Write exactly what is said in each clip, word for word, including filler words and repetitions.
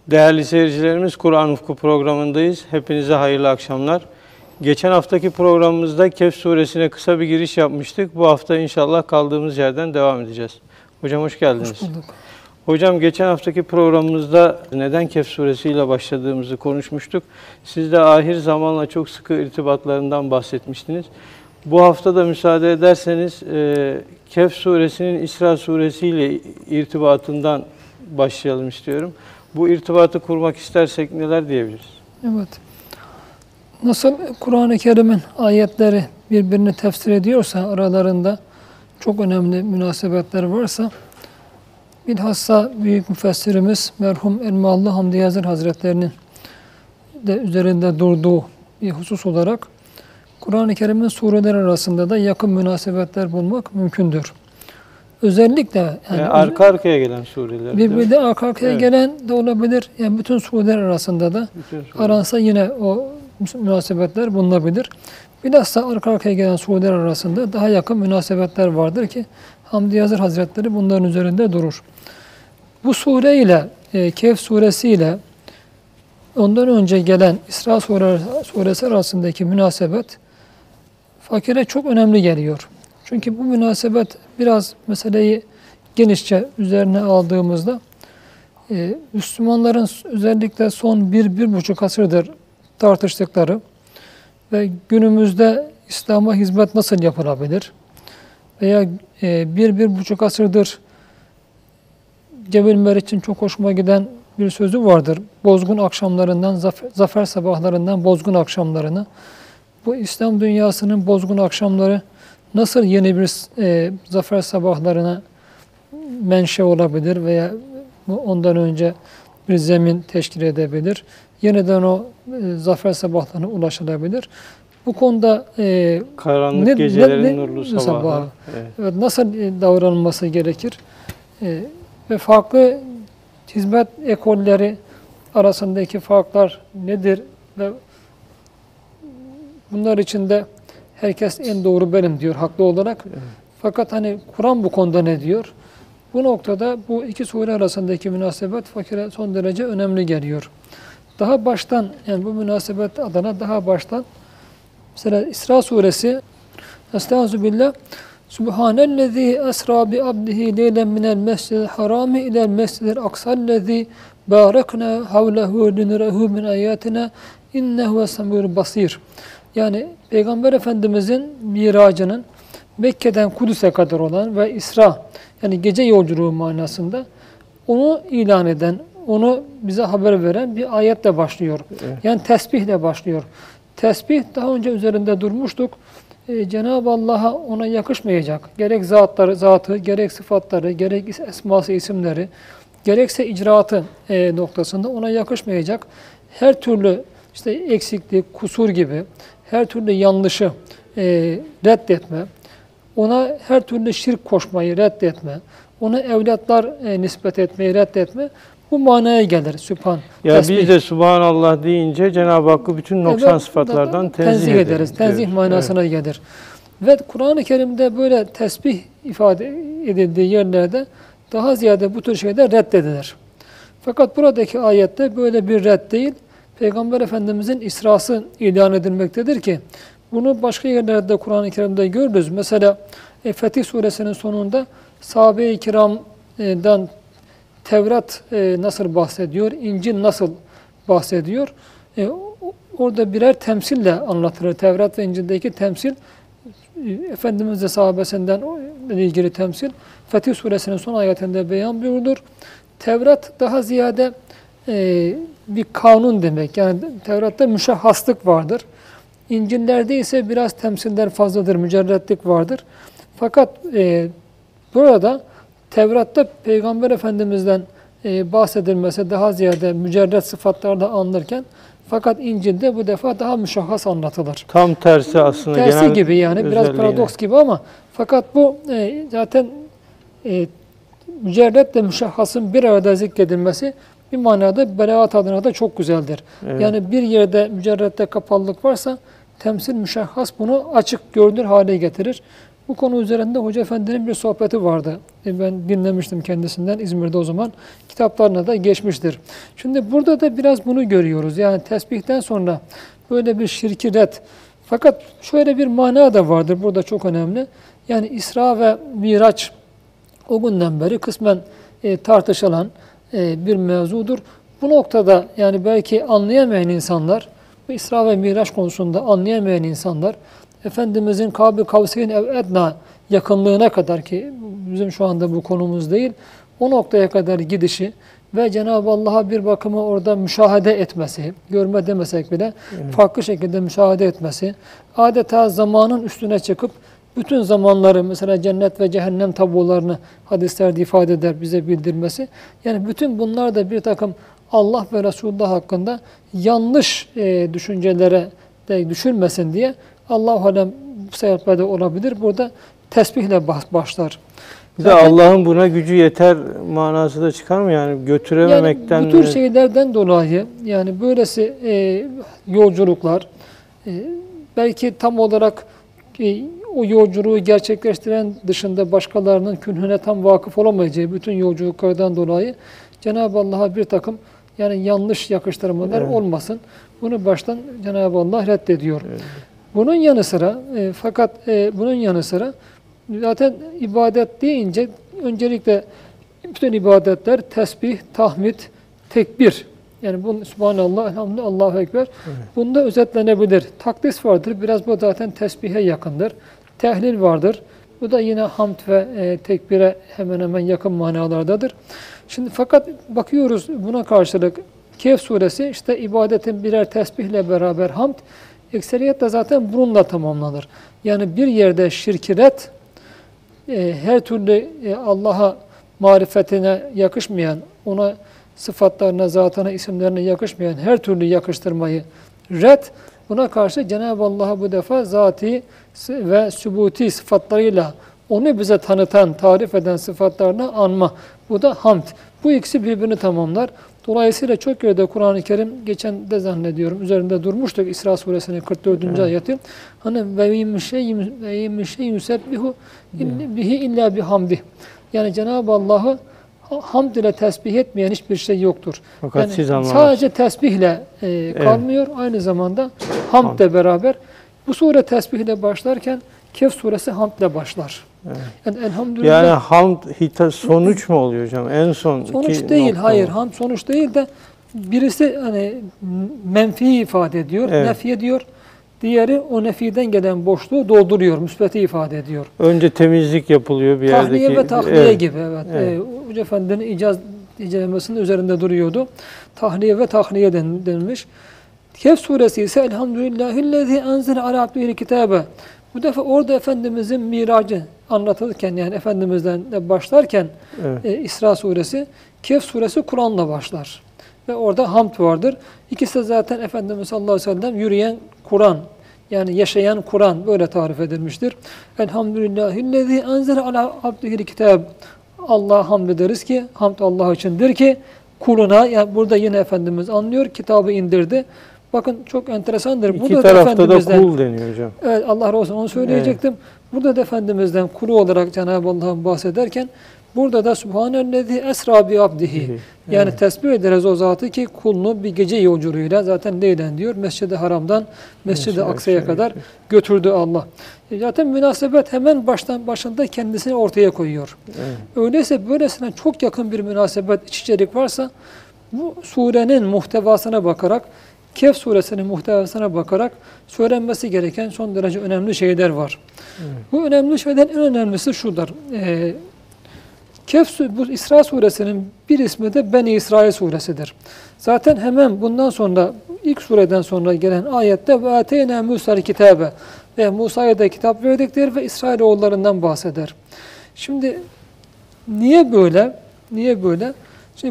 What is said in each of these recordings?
Değerli seyircilerimiz, Kur'an Ufku programındayız. Hepinize hayırlı akşamlar. Geçen haftaki programımızda Kehf suresine kısa bir giriş yapmıştık. Bu hafta inşallah kaldığımız yerden devam edeceğiz. Hocam hoş geldiniz. Hoş bulduk. Hocam geçen haftaki programımızda neden Kehf suresiyle başladığımızı konuşmuştuk. Siz de ahir zamanla çok sıkı irtibatlarından bahsetmiştiniz. Bu hafta da müsaade ederseniz e, Kehf suresinin İsra suresiyle irtibatından başlayalım istiyorum. Bu irtibatı kurmak istersek neler diyebiliriz? Evet. Nasıl Kur'an-ı Kerim'in ayetleri birbirini tefsir ediyorsa, aralarında çok önemli münasebetler varsa, bilhassa büyük müfessirimiz merhum Elmalı Hamdi Yazır Hazretlerinin de üzerinde durduğu bir husus olarak Kur'an-ı Kerim'in sureler arasında da yakın münasebetler bulmak mümkündür. Özellikle yani, yani arka arkaya gelen sureler. Birbirine arka arkaya evet. gelen de olabilir. Yani bütün sureler arasında da aransa yine o münasebetler bulunabilir. Bilhassa arka arkaya gelen sureler arasında daha yakın münasebetler vardır ki Hamdi Yazır Hazretleri bunların üzerinde durur. Bu sure ile e, Kehf suresi ile ondan önce gelen İsra suresi arasındaki münasebet fakire çok önemli geliyor. Çünkü bu münasebet biraz meseleyi genişçe üzerine aldığımızda e, Müslümanların özellikle son bir, bir buçuk asırdır tartıştıkları ve günümüzde İslam'a hizmet nasıl yapılabilir veya e, bir, bir buçuk asırdır Cebel Meriç'in çok hoşuma giden bir sözü vardır. Bozgun akşamlarından, zafer, zafer sabahlarından bozgun akşamlarına. Bu İslam dünyasının bozgun akşamları nasıl yeni bir e, zafer sabahlarına menşe olabilir veya ondan önce bir zemin teşkil edebilir. Yeniden o e, zafer sabahlarına ulaşılabilir. Bu konuda e, karanlık ne, gecelerin ne, nurlu sabahı. sabahı. Evet. Evet, nasıl e, davranılması gerekir? E, ve farklı hizmet ekolleri arasındaki farklar nedir? Ve bunlar içinde herkes en doğru benim diyor haklı olarak. Evet. Fakat hani Kur'an bu konuda ne diyor? Bu noktada bu iki sure arasındaki münasebet fakire son derece önemli geliyor. Daha baştan yani bu münasebet adına daha baştan mesela İsra suresi Estağfirullah Subhanellezî esrâ bi abdihi leylen minel mescidil harâmi ilel mescidil aksallezî bâreknâ havlehu linurahu min âyâtina innehu vesemûr basîr. Yani Peygamber Efendimizin miracının Mekke'den Kudüs'e kadar olan ve İsra yani gece yolculuğu manasında onu ilan eden, onu bize haber veren bir ayetle başlıyor. Evet. Yani tesbihle başlıyor. Tesbih daha önce üzerinde durmuştuk. Ee, Cenab-ı Allah'a ona yakışmayacak. Gerek zatları, zatı, gerek sıfatları, gerek esması, isimleri, gerekse icraatı e, noktasında ona yakışmayacak. Her türlü işte eksiklik, kusur gibi her türlü yanlışı e, reddetme, ona her türlü şirk koşmayı reddetme, ona evlatlar e, nispet etmeyi reddetme, bu manaya gelir Sübhan. Ya tesbih. Biz de Subhanallah deyince Cenab-ı Hakk'ı bütün noksan evet, sıfatlardan tenzih, tenzih ederiz. ederiz. Tenzih evet. manasına evet. gelir. Ve Kur'an-ı Kerim'de böyle tesbih ifade edildiği yerlerde daha ziyade bu tür şeyler reddedilir. Fakat buradaki ayette böyle bir red değil, Peygamber Efendimizin İsra'sı ilan edilmektedir ki bunu başka yerlerde Kur'an-ı Kerim'de görürüz. Mesela e, Fetih Suresinin sonunda sahabe-i kiramdan Tevrat e, nasıl bahsediyor, İncil nasıl bahsediyor. E, orada birer temsille anlatılır. Tevrat ve İncil'deki temsil, e, Efendimiz de sahabesinden ilgili temsil, Fetih Suresinin son ayetinde beyan buyurulur. Tevrat daha ziyade e, bir kanun demek. Yani Tevrat'ta müşahhaslık vardır. İncil'lerde ise biraz temsiller fazladır, mücerretlik vardır. Fakat e, burada Tevrat'ta Peygamber Efendimiz'den e, bahsedilmesi daha ziyade mücerret sıfatlarda anılırken fakat İncil'de bu defa daha müşahhas anlatılır. Tam tersi aslında. Tersi genel gibi yani biraz paradoks gibi ama fakat bu e, zaten e, mücerretle müşahhasın bir arada zikredilmesi bir manada belaat adına da çok güzeldir. Evet. Yani bir yerde mücerrette kapalılık varsa temsil müşahhas bunu açık görünür hale getirir. Bu konu üzerinde Hoca Efendi'nin bir sohbeti vardı. E, ben dinlemiştim kendisinden İzmir'de o zaman. Kitaplarına da geçmiştir. Şimdi burada da biraz bunu görüyoruz. Yani tesbihten sonra böyle bir şirki ret. Fakat şöyle bir mana da vardır. Burada çok önemli. Yani İsra ve Miraç o günden beri kısmen e, tartışılan e, bir mevzudur. Bu noktada yani belki anlayamayan insanlar, bu İsra ve Miraç konusunda anlayamayan insanlar, Efendimizin Kâb-ı Kavseyn ev Edna yakınlığına kadar, ki bizim şu anda bu konumuz değil, o noktaya kadar gidişi ve Cenab-ı Allah'a bir bakıma orada müşahede etmesi, görme demesek bile evet. farklı şekilde müşahede etmesi, adeta zamanın üstüne çıkıp bütün zamanları, mesela cennet ve cehennem tablolarını hadislerde ifade eder, bize bildirmesi. Yani bütün bunlar da bir takım Allah ve Resulullah hakkında yanlış e, düşüncelere de düşürmesin diye Allah-u Alem bu sebeple de olabilir. Burada tesbihle başlar. Bir de Allah'ın buna gücü yeter manası da çıkar mı yani götürememekten? Yani bu tür şeylerden dolayı yani böylesi e, yolculuklar e, belki tam olarak e, o yolculuğu gerçekleştiren dışında başkalarının künhüne tam vakıf olamayacağı bütün yolculuklardan dolayı Cenab-ı Allah'a bir takım yani yanlış yakıştırmalar evet. olmasın. Bunu baştan Cenab-ı Allah reddediyor. Evet. Bunun yanı sıra e, fakat e, bunun yanı sıra zaten ibadet deyince öncelikle bütün ibadetler tesbih, tahmid, tekbir. Yani bu Subhanallah, Elhamdülillah, Allahu Ekber. Evet. Bunda özetlenebilir. Takdis vardır. Biraz bu zaten tesbihe yakındır. Tehlil vardır. Bu da yine hamd ve e, tekbire hemen hemen yakın manalardadır. Şimdi fakat bakıyoruz buna karşılık Kehf suresi işte ibadetin birer tesbihle beraber hamd, ekseriyetle zaten bununla tamamlanır. Yani bir yerde şirki ret, e, her türlü e, Allah'a marifetine yakışmayan, ona sıfatlarına, zatına, isimlerine yakışmayan her türlü yakıştırmayı ret, buna karşı Cenab-ı Allah'a bu defa zati ve sübuti sıfatlarıyla onu bize tanıtan, tarif eden sıfatlarına anma. Bu da hamd. Bu ikisi birbirini tamamlar. Dolayısıyla çok yerde Kur'an-ı Kerim, geçen de zannediyorum üzerinde durmuştuk İsra suresinin kırk dördüncü Evet. ayeti. Hani ve min şeyin yusebbihu bihi illa bihamdi. Yani Cenab-ı Allah'ı hamd ile tesbih etmeyen hiçbir şey yoktur. Fakat yani sadece tesbihle e, kalmıyor. Evet. Aynı zamanda hamd ile beraber. Bu sure tesbihle başlarken Kehf suresi hamdle başlar. Evet. Yani elhamdülillah. Yani hamd hita sonuç mu oluyor hocam? En son sonuç değil. Hayır, hamd sonuç değil de birisi hani menfi ifade ediyor, evet. nefi ediyor. Diğeri o nefiden gelen boşluğu dolduruyor, müsbeti ifade ediyor. Önce temizlik yapılıyor bir tahliye yerdeki. Tahliye ve tahliye evet. gibi. Evet. evet. Ee, Hoca Efendi'nin icaz incelemesinin üzerinde duruyordu. Tahliye ve tahliye denilmiş. Kehf suresi ise Elhamdülillahillezî enzele alâ abdihil kitâbe. Bu defa orada Efendimizin miracı anlatılırken, yani Efendimiz'den başlarken evet. e, İsra suresi, Kehf suresi Kur'an'la başlar. Ve orada hamd vardır. İkisi de zaten Efendimiz sallallahu aleyhi ve sellem yürüyen Kur'an, yani yaşayan Kur'an böyle tarif edilmiştir. Elhamdülillahillezî enzele alâ abdihil kitâb. Allah'a hamd ederiz ki, hamd Allah içindir ki kuluna, yani burada yine Efendimiz anlıyor, kitabı indirdi. Bakın çok enteresandır. İki burada tarafta da kul deniyor hocam. Evet, Allah razı olsun, onu söyleyecektim. Evet. Burada da Efendimiz'den kulu olarak Cenab-ı Allah'ın bahsederken burada da Subhanellezî esrâ bi abdihi. Yani evet. tesbih ederiz o zatı ki kulunu bir gece yolculuğuyla zaten neyden diyor? Mescid-i Haram'dan Mescid-i Aksa'ya kadar götürdü Allah. Zaten münasebet hemen baştan başında kendisini ortaya koyuyor. Evet. Öyleyse böylesine çok yakın bir münasebet, iç içerik varsa bu surenin muhtevasına bakarak, Kehf suresinin muhtevasına bakarak söylenmesi gereken son derece önemli şeyler var. Evet. Bu önemli şeylerin en önemlisi şudur. Ee, Kehf, bu İsra suresinin bir ismi de Beni İsrail suresidir. Zaten hemen bundan sonra, ilk sureden sonra gelen ayette ve ateyna Musa'l kitabe ve Musa'ya da kitap verdikleri ve İsrailoğullarından bahseder. Şimdi niye böyle? Niye böyle? Şimdi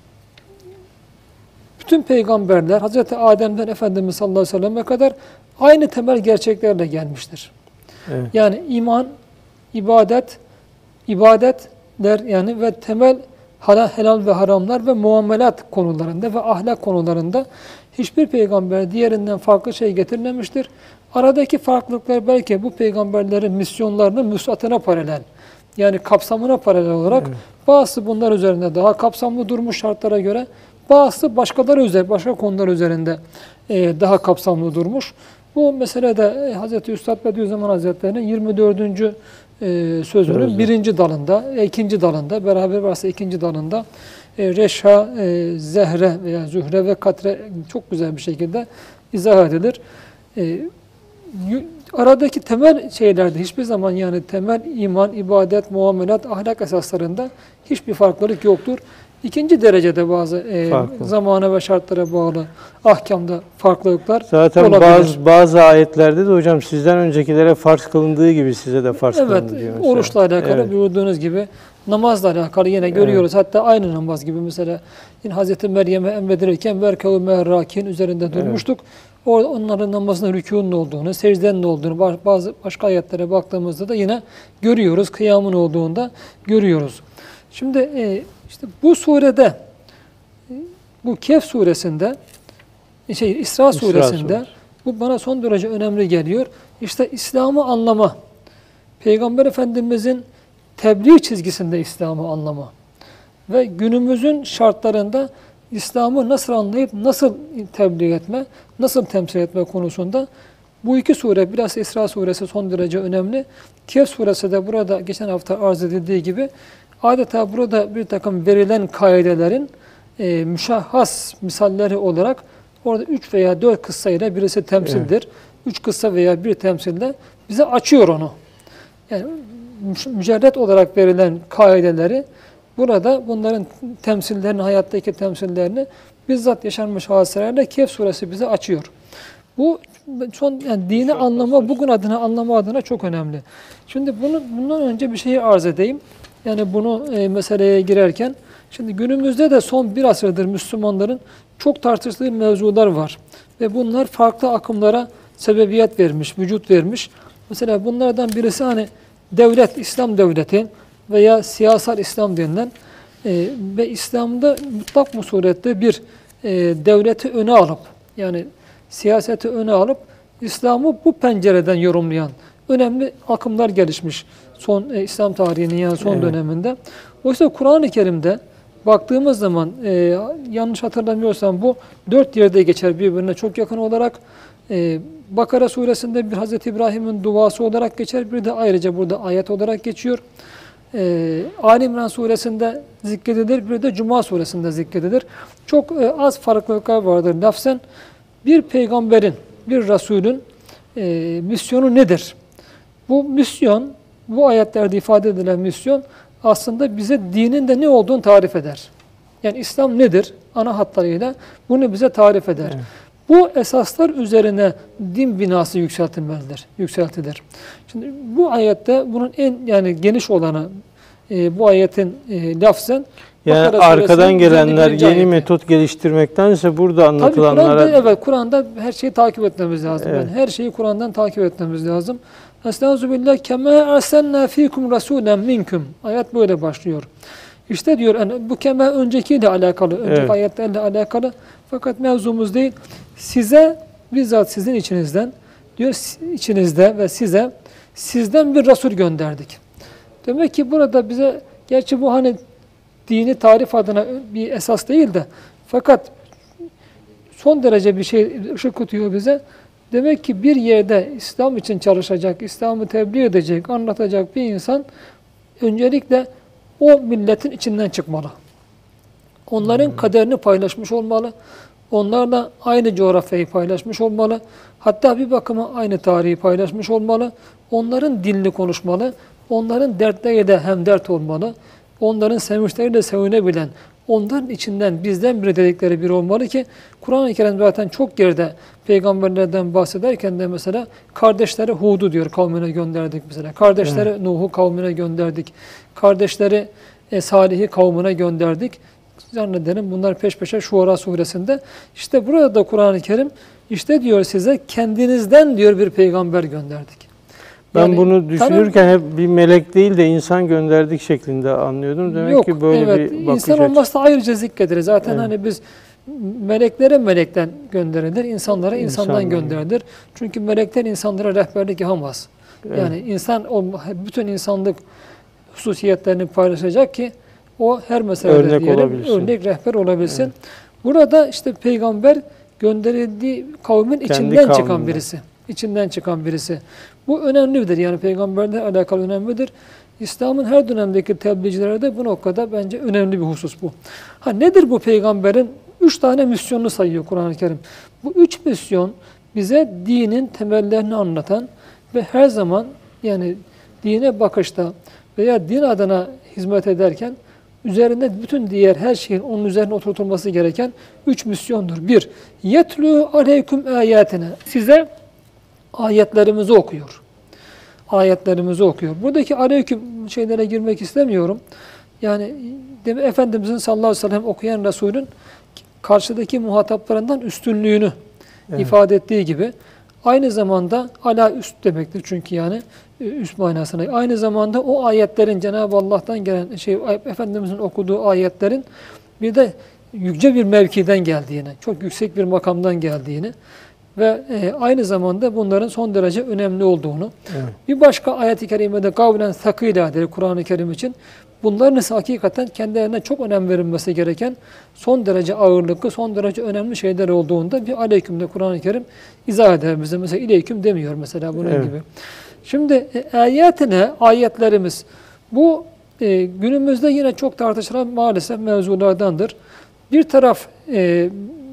bütün peygamberler Hazreti Adem'den Efendimiz sallallahu aleyhi ve selleme kadar aynı temel gerçeklerle gelmiştir. Evet. Yani iman, ibadet, ibadetler yani ve temel helal ve haramlar ve muamelat konularında ve ahlak konularında hiçbir peygamber diğerinden farklı şey getirmemiştir. Aradaki farklılıklar belki bu peygamberlerin misyonlarının müsatına paralel. Yani kapsamına paralel olarak evet. bazısı bunlar üzerinde daha kapsamlı durmuş şartlara göre, bazısı başkaları üzerinde, başka konular üzerinde e, daha kapsamlı durmuş. Bu meselede e, Hazreti Üstad Bediüzzaman Hazretleri'nin yirmi dördüncü E, sözünün evet. birinci dalında, ikinci dalında, beraber varsa ikinci dalında e, Reşha, e, Zehre veya Zühre ve Katre çok güzel bir şekilde izah edilir. E, aradaki temel şeylerde hiçbir zaman yani temel iman, ibadet, muamelat, ahlak esaslarında hiçbir farklılık yoktur. İkinci derecede bazı e, zamana ve şartlara bağlı ahkamda farklılıklar Zaten olabilir. bazı bazı ayetlerde de hocam sizden öncekilere farz kılındığı gibi size de farz evet, kılındı diyor. Evet, oruçla alakalı evet. buyurduğunuz gibi namazla alakalı yine görüyoruz. Evet. Hatta aynı namaz gibi mesela yine Hazreti Meryem'e emredirirken verkâhu me'errâkin üzerinde durmuştuk. Evet. Orada onların namazının rükûnun olduğunu, secdenin olduğunu bazı başka ayetlere baktığımızda da yine görüyoruz. Kıyamın olduğunda görüyoruz. Şimdi e, işte bu surede, bu Kehf suresinde, şey İsra suresinde İsra bu bana son derece önemli geliyor. İşte İslam'ı anlama, Peygamber Efendimizin tebliğ çizgisinde İslam'ı anlama ve günümüzün şartlarında İslam'ı nasıl anlayıp nasıl tebliğ etme, nasıl temsil etme konusunda bu iki sure, biraz İsra suresi son derece önemli. Kehf suresi de burada geçen hafta arz edildiği gibi adeta burada bir takım verilen kaidelerin e, müşahhas misalleri olarak orada üç veya dört kıssayla birisi temsildir. Evet. Üç kıssa veya bir temsilde bize açıyor onu. Yani mücerret olarak verilen kaideleri burada bunların temsillerini, hayattaki temsillerini bizzat yaşanmış hadiselerle Kehf suresi bize açıyor. Bu son yani dini anlama, bugün adına anlama adına çok önemli. Şimdi bunu bundan önce bir şeyi arz edeyim. Yani bunu e, meseleye girerken, şimdi günümüzde de son bir asırdır Müslümanların çok tartıştığı mevzular var. Ve bunlar farklı akımlara sebebiyet vermiş, vücut vermiş. Mesela bunlardan birisi hani devlet, İslam devleti veya siyasal İslam denilen e, ve İslam'da mutlak bu surette bir e, devleti öne alıp, yani siyaseti öne alıp İslam'ı bu pencereden yorumlayan önemli akımlar gelişmiş son e, İslam tarihinin yani son evet. döneminde. Oysa Kur'an-ı Kerim'de baktığımız zaman e, yanlış hatırlamıyorsam bu dört yerde geçer birbirine çok yakın olarak. E, Bakara suresinde bir Hazreti İbrahim'in duası olarak geçer. Bir de ayrıca burada ayet olarak geçiyor. E, Ali İmran suresinde zikredilir. Bir de Cuma suresinde zikredilir. Çok e, az farklılıklar vardır lafzen. Bir peygamberin, bir Resulün e, misyonu nedir? Bu misyon, bu ayetlerde ifade edilen misyon aslında bize dinin de ne olduğunu tarif eder. Yani İslam nedir? Ana hatlarıyla bunu bize tarif eder. Evet. Bu esaslar üzerine din binası yükseltilmelidir, yükseltilir. Şimdi bu ayette bunun en yani geniş olanı e, bu ayetin e, lafzen yani Bakara arkadan gelenler yeni ayeti. Metot geliştirmektense burada anlatılanlara... Tabii Kur'an'da, evet, Kur'an'da her şeyi takip etmemiz lazım. Evet. Yani her şeyi Kur'an'dan takip etmemiz lazım. Estağfirullah kema arsalna fikum rasulen minkum. Ayet böyle başlıyor. İşte diyor yani bu kema öncekiyle alakalı, önceki evet. ayetlerle alakalı. Fakat mevzumuz değil. Size bizzat sizin içinizden diyor içinizde ve size sizden bir Resul gönderdik. Demek ki burada bize gerçi bu hani dini tarif adına bir esas değil de fakat son derece bir şey ışık tutuyor bize. Demek ki bir yerde İslam için çalışacak, İslam'ı tebliğ edecek, anlatacak bir insan öncelikle o milletin içinden çıkmalı. Onların hmm. kaderini paylaşmış olmalı. Onlarla aynı coğrafyayı paylaşmış olmalı. Hatta bir bakıma aynı tarihi paylaşmış olmalı. Onların dilini konuşmalı. Onların dertleriyle hemdert olmalı. Onların sevinçleriyle sevinebilen, onların içinden bizden biri dedikleri biri olmalı ki Kur'an-ı Kerim zaten çok yerde peygamberlerden bahsederken de mesela kardeşleri Hud'u diyor kavmine gönderdik mesela. Kardeşleri evet. Nuh'u kavmine gönderdik. Kardeşleri e, Salih'i kavmine gönderdik. Zannederim bunlar peş peşe Şuara suresinde. İşte burada da Kur'an-ı Kerim işte diyor size kendinizden diyor bir peygamber gönderdik. Ben yani, bunu düşünürken hep bir melek değil de insan gönderdik şeklinde anlıyordum. Demek yok, ki böyle evet, bir bakış İnsan olmazsa ayrıca zikredir. Zaten evet. hani biz Meleklere melekten gönderilir, insanlara insandan İnsandan. gönderilir. Çünkü melekler insanlara rehberlik yapamaz. Evet. Yani insan o bütün insanlık hususiyetlerini paylaşacak ki o her meselede Örnek diyelim, olabilsin. örnek rehber olabilsin. Evet. Burada işte peygamber gönderildiği kavmin Kendi içinden çıkan kavminden. birisi. İçinden çıkan birisi. Bu önemlidir. Yani peygamberle alakalı önemlidir. İslam'ın her dönemdeki tebliğcilere de bu noktada bence önemli bir husus bu. Ha nedir bu peygamberin? Üç tane misyonunu sayıyor Kur'an-ı Kerim. Bu üç misyon bize dinin temellerini anlatan ve her zaman yani dine bakışta veya din adına hizmet ederken üzerinde bütün diğer her şeyin onun üzerine oturtulması gereken üç misyondur. Bir, yetlû aleyküm âyâtine. Size ayetlerimizi okuyor. Ayetlerimizi okuyor. Buradaki aleyküm şeylere girmek istemiyorum. Yani demin Efendimizin sallallahu aleyhi ve sellem okuyan Resulün karşıdaki muhataplarından üstünlüğünü evet. ifade ettiği gibi aynı zamanda ala üst demektir çünkü yani üst manasına. Aynı zamanda o ayetlerin Cenab-ı Allah'tan gelen şey Efendimizin okuduğu ayetlerin bir de yüce bir mevkiden geldiğini, çok yüksek bir makamdan geldiğini ve e, aynı zamanda bunların son derece önemli olduğunu. Evet. Bir başka ayet-i kerimede kavlen sakîlâ'dır Kur'an-ı Kerim için. Bunların ise hakikaten kendilerine çok önem verilmesi gereken son derece ağırlıklı, son derece önemli şeyler olduğunda bir aleykümde Kur'an-ı Kerim izah eder bize. Mesela ileyküm demiyor mesela bunun evet. gibi. Şimdi e, ayetine, ayetlerimiz bu e, günümüzde yine çok tartışılan maalesef mevzulardandır. Bir taraf e,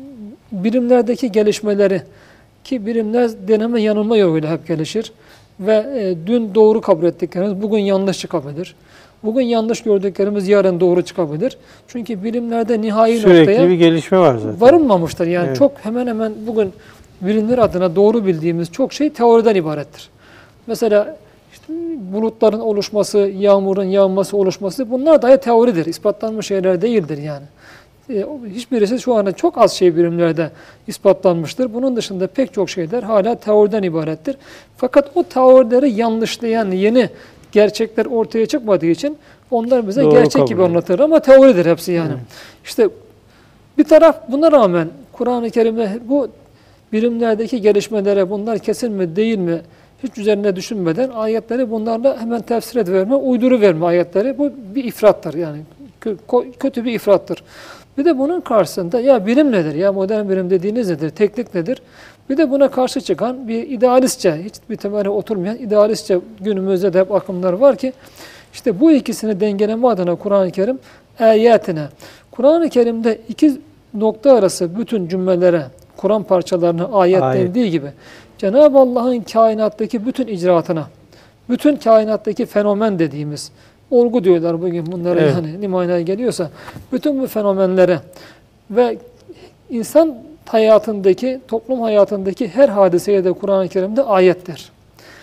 bilimlerdeki gelişmeleri ki bilimler deneme yanılma yoluyla hep gelişir ve e, dün doğru kabul ettiklerimiz bugün yanlış çıkabilir. Bugün yanlış gördüklerimiz yarın doğru çıkabilir. Çünkü bilimlerde nihai Sürekli noktaya bir gelişme var zaten. varılmamıştır. Yani evet. çok hemen hemen bugün bilimler adına doğru bildiğimiz çok şey teoriden ibarettir. Mesela işte bulutların oluşması, yağmurun yağması, oluşması bunlar dahi teoridir. İspatlanmış şeyler değildir yani. E, hiçbirisi şu anda çok az şey bilimlerde ispatlanmıştır. Bunun dışında pek çok şeyler hala teoriden ibarettir. Fakat o teorileri yanlışlayan yeni gerçekler ortaya çıkmadığı için onlar bize Doğru gerçek gibi anlatır ama teoridir hepsi yani. Evet. İşte bir taraf buna rağmen Kur'an-ı Kerim'de bu bilimlerdeki gelişmelere bunlar kesin mi değil mi hiç üzerine düşünmeden ayetleri bunlarla hemen tefsir ediverme, uyduru verme ayetleri bu bir ifrattır yani. Kötü bir ifrattır. Bir de bunun karşısında ya bilim nedir ya modern bilim dediğiniz nedir, teknik nedir? Bir de buna karşı çıkan bir idealistçe, hiçbir temele oturmayan idealistçe günümüzde de hep akımlar var ki işte bu ikisini dengeleme adına Kur'an-ı Kerim ayetine. Kur'an-ı Kerim'de iki nokta arası bütün cümlelere, Kur'an parçalarına ayet, ayet dendiği gibi Cenab-ı Allah'ın kainattaki bütün icraatına, bütün kainattaki fenomen dediğimiz olgu diyorlar bugün bunlara evet. yani ne manaya geliyorsa bütün bu fenomenlere ve insan hayatındaki, toplum hayatındaki her hadiseye de Kur'an-ı Kerim'de ayettir.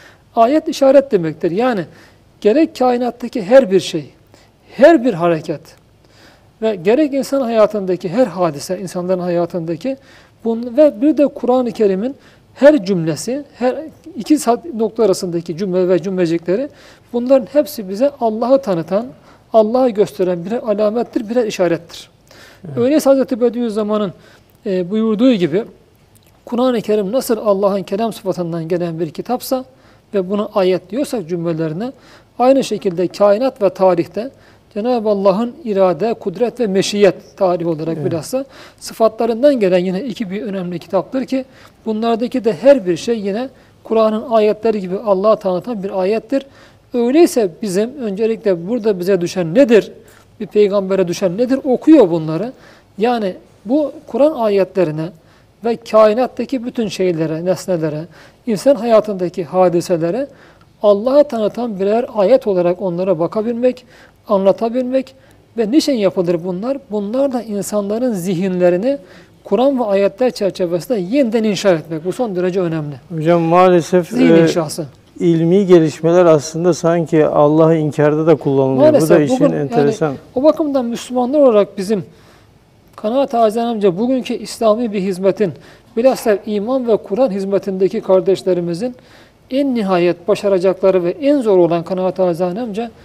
Ayet işaret demektir. Yani gerek kainattaki her bir şey, her bir hareket ve gerek insan hayatındaki her hadise, insanların hayatındaki bun ve bir de Kur'an-ı Kerim'in her cümlesi, her iki nokta arasındaki cümle ve cümlecikleri bunların hepsi bize Allah'ı tanıtan, Allah'ı gösteren birer alamettir, birer işarettir. Evet. Öyleyse Hazreti Bediüzzaman'ın e, buyurduğu gibi Kur'an-ı Kerim nasıl Allah'ın kelam sıfatından gelen bir kitapsa ve buna ayet diyorsak cümlelerine aynı şekilde kainat ve tarihte Cenab-ı Allah'ın irade, kudret ve meşiyet tarihi olarak evet. bilhassa sıfatlarından gelen yine iki bir önemli kitaptır ki bunlardaki de her bir şey yine Kur'an'ın ayetleri gibi Allah'ı tanıtan bir ayettir. Öyleyse bizim öncelikle burada bize düşen nedir? Bir peygambere düşen nedir? Okuyor bunları. Yani bu Kur'an ayetlerine ve kainattaki bütün şeylere, nesnelere, insan hayatındaki hadiselere Allah'ı tanıtan birer ayet olarak onlara bakabilmek, anlatabilmek ve niçin yapılır bunlar? Bunlar da insanların zihinlerini Kur'an ve ayetler çerçevesinde yeniden inşa etmek. Bu son derece önemli. Hocam maalesef zihin inşası. E, ilmi gelişmeler aslında sanki Allah'ı inkarda da kullanılıyor. Maalesef, bu da işin bugün, enteresan. Yani, o bakımdan Müslümanlar olarak bizim kanaat-ı acizemce bugünkü İslami bir hizmetin, bilhassa iman ve Kur'an hizmetindeki kardeşlerimizin en nihayet başaracakları ve en zor olan kanaat-ı acizemce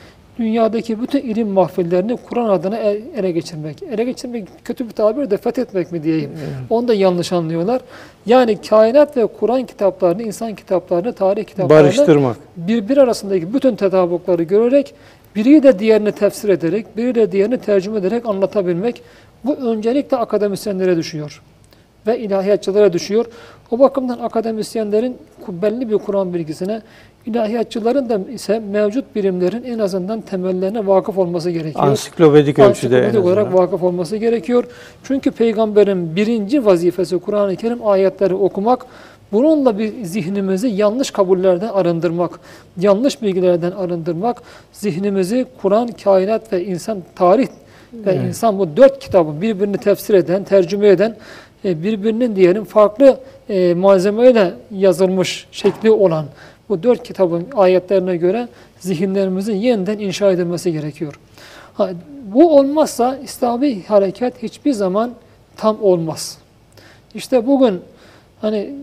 dünyadaki bütün ilim mahfillerini Kur'an adına ele geçirmek. Ele geçirmek kötü bir tabir de fethetmek mi diyeyim. Evet. Onu da yanlış anlıyorlar. Yani kainat ve Kur'an kitaplarını, insan kitaplarını, tarih kitaplarını barıştırmak. Birbiri arasındaki bütün tedavukları görerek, biri de diğerini tefsir ederek, biri de diğerini tercüme ederek anlatabilmek. Bu öncelikle akademisyenlere düşüyor ve ilahiyatçılara düşüyor. O bakımdan akademisyenlerin belli bir Kur'an bilgisine, ilahiyatçıların da ise mevcut bilimlerin en azından temellerine vakıf olması gerekiyor. Ansiklopedik ölçüde en azından. olarak vakıf olması gerekiyor. Çünkü peygamberin birinci vazifesi Kur'an-ı Kerim ayetleri okumak, bununla bir zihnimizi yanlış kabullerden arındırmak, yanlış bilgilerden arındırmak, zihnimizi Kur'an, kainat ve insan, tarih ve evet. insan bu dört kitabın birbirini tefsir eden, tercüme eden, birbirinin diyelim farklı e, malzemeyle yazılmış şekli olan bu dört kitabın ayetlerine göre zihinlerimizin yeniden inşa edilmesi gerekiyor. Ha, bu olmazsa İslami hareket hiçbir zaman tam olmaz. İşte bugün hani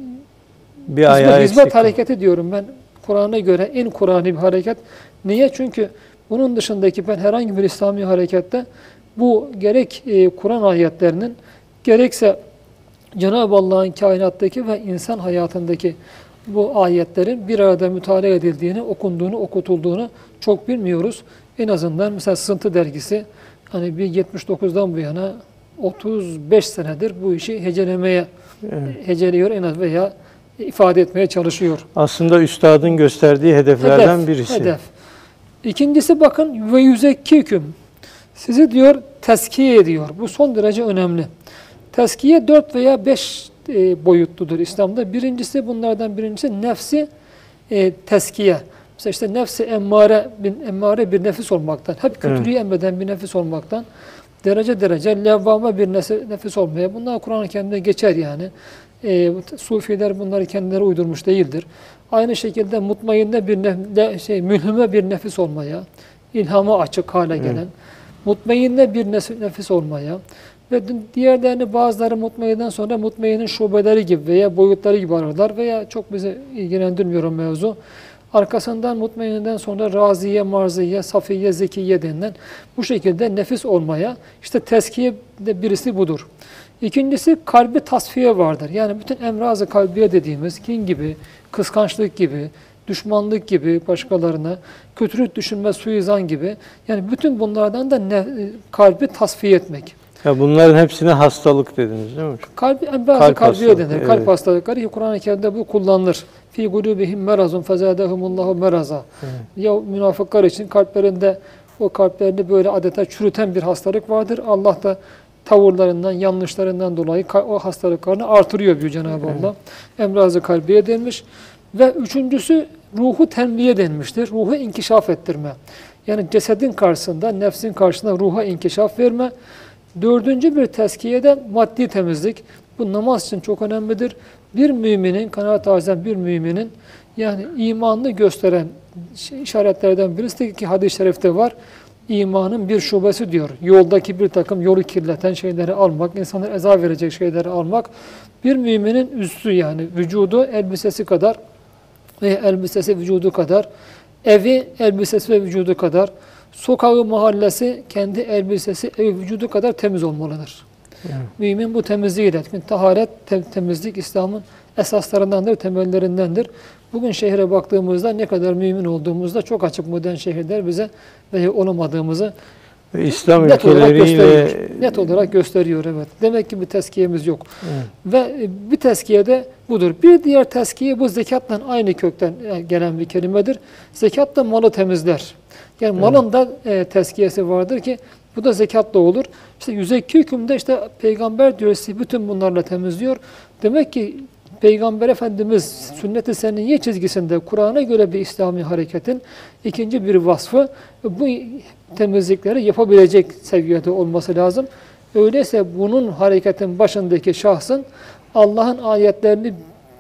bir hizmet, hizmet hareketi diyorum ben, Kur'an'a göre en Kur'an'ı bir hareket. Niye? Çünkü bunun dışındaki ben herhangi bir İslami harekette bu gerek e, Kur'an ayetlerinin gerekse Cenab-ı Allah'ın kainattaki ve insan hayatındaki bu ayetlerin bir arada mütalaa edildiğini, okunduğunu, okutulduğunu çok bilmiyoruz. En azından mesela Sıntı dergisi hani bir yetmiş dokuzdan bu yana otuz beş senedir bu işi hecelemeye evet. heceliyor en az veya ifade etmeye çalışıyor. Aslında üstadın gösterdiği hedeflerden hedef, birisi. Hedef. İkincisi bakın ve yüzekkiküm. Sizi diyor tezkiye ediyor. Bu son derece önemli. Tezkiye dört veya beş e, boyutludur İslam'da. Birincisi bunlardan birincisi nefsi e, tezkiye. Mesela işte nefsi emmare, emmare bir nefis olmaktan, hep kötülüğü evet. emreden bir nefis olmaktan, derece derece levvame bir nefis olmaya. Bunlar Kur'an-ı Kerim'de geçer yani. E, Sufiler bunları kendileri uydurmuş değildir. Aynı şekilde mutmainne bir nef şey, mülhime bir nefis olmaya, ilhama açık hale gelen, evet. mutmainne bir nefis olmaya ve diğerlerini bazıları mutmainden sonra mutmainin şubeleri gibi veya boyutları gibi ararlar veya çok bizi ilgilendirmiyor o mevzu. Arkasından mutmaininden sonra raziye, marziye, safiye, zekiye denilen bu şekilde nefis olmaya, işte tezkiye de birisi budur. İkincisi kalbi tasfiye vardır. Yani bütün emraz-ı kalbiye dediğimiz kin gibi, kıskançlık gibi, düşmanlık gibi başkalarına, kötülük düşünme, suizan gibi. Yani bütün bunlardan da ne, kalbi tasfiye etmek. Ya bunların hepsine hastalık dediniz değil mi? Kalbi, emraz-ı kalbiye denir. Evet. Kalp hastalıkları Kur'an-ı Kerim'de bu kullanılır. Fi gulubihim merazun fezadehumullahu meraza. Ya münafıklar için kalplerinde o kalplerini böyle adeta çürüten bir hastalık vardır. Allah da tavırlarından, yanlışlarından dolayı o hastalıklarını artırıyor diyor Cenab-ı Allah. Emraz-ı kalbiye denmiş. Ve üçüncüsü ruhu tenbiye denmiştir. Ruhu inkişaf ettirme. Yani cesedin karşısında, nefsin karşısında ruha inkişaf verme. Dördüncü bir tezkiyede maddi temizlik. Bu namaz için çok önemlidir. Bir müminin, kanaat arzen bir müminin yani imanını gösteren işaretlerden birisi ki hadis-i şerifte var. İmanın bir şubesi diyor. Yoldaki bir takım yolu kirleten şeyleri almak, insanlara eza verecek şeyleri almak. Bir müminin üstü yani vücudu elbisesi kadar veya elbisesi vücudu kadar, evi elbisesi ve vücudu kadar, sokağı mahallesi kendi elbisesi evi vücudu kadar temiz olmalıdır. Evet. Mümin bu temizliğiyle, taharet, te temizlik İslam'ın esaslarındandır, temellerindendir. Bugün şehre baktığımızda ne kadar mümin olduğumuzda çok açık modern şehirler bize veya olamadığımızı ve İslam net olarak gösteriyor. Ile... Net olarak gösteriyor evet. Demek ki bir tezkiyemiz yok. Evet. Ve bir tezkiye de budur. Bir diğer tezkiye bu zekatla aynı kökten gelen bir kelimedir. Zekat da malı temizler. Yani malın evet. da e, tezkiyesi vardır ki bu da zekatla olur. İşte yüzekki hükümde işte peygamber diyor sizi bütün bunlarla temizliyor. Demek ki Peygamber Efendimiz sünnet-i seniyye çizgisinde Kur'an'a göre bir İslami hareketin ikinci bir vasfı bu temizlikleri yapabilecek seviyede olması lazım. Öyleyse bunun hareketin başındaki şahsın Allah'ın ayetlerini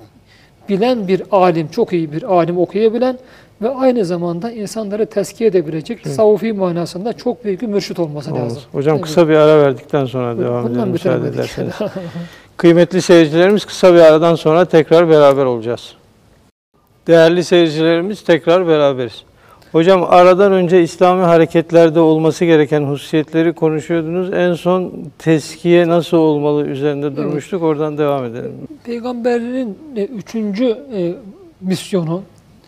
bilen bir alim, çok iyi bir alim okuyabilen ve aynı zamanda insanları tezkiye edebilecek, tasavvufi manasında çok büyük bir mürşit olması Olur. lazım. Hocam evet. kısa bir ara verdikten sonra devam Bundan edelim müsaade bitiremedik. ederseniz. Kıymetli seyircilerimiz kısa bir aradan sonra tekrar beraber olacağız. Değerli seyircilerimiz tekrar beraberiz. Hocam aradan önce İslami hareketlerde olması gereken hususiyetleri konuşuyordunuz. En son teskiye nasıl olmalı üzerinde durmuştuk. Evet. Oradan devam edelim. Peygamberin üçüncü misyonu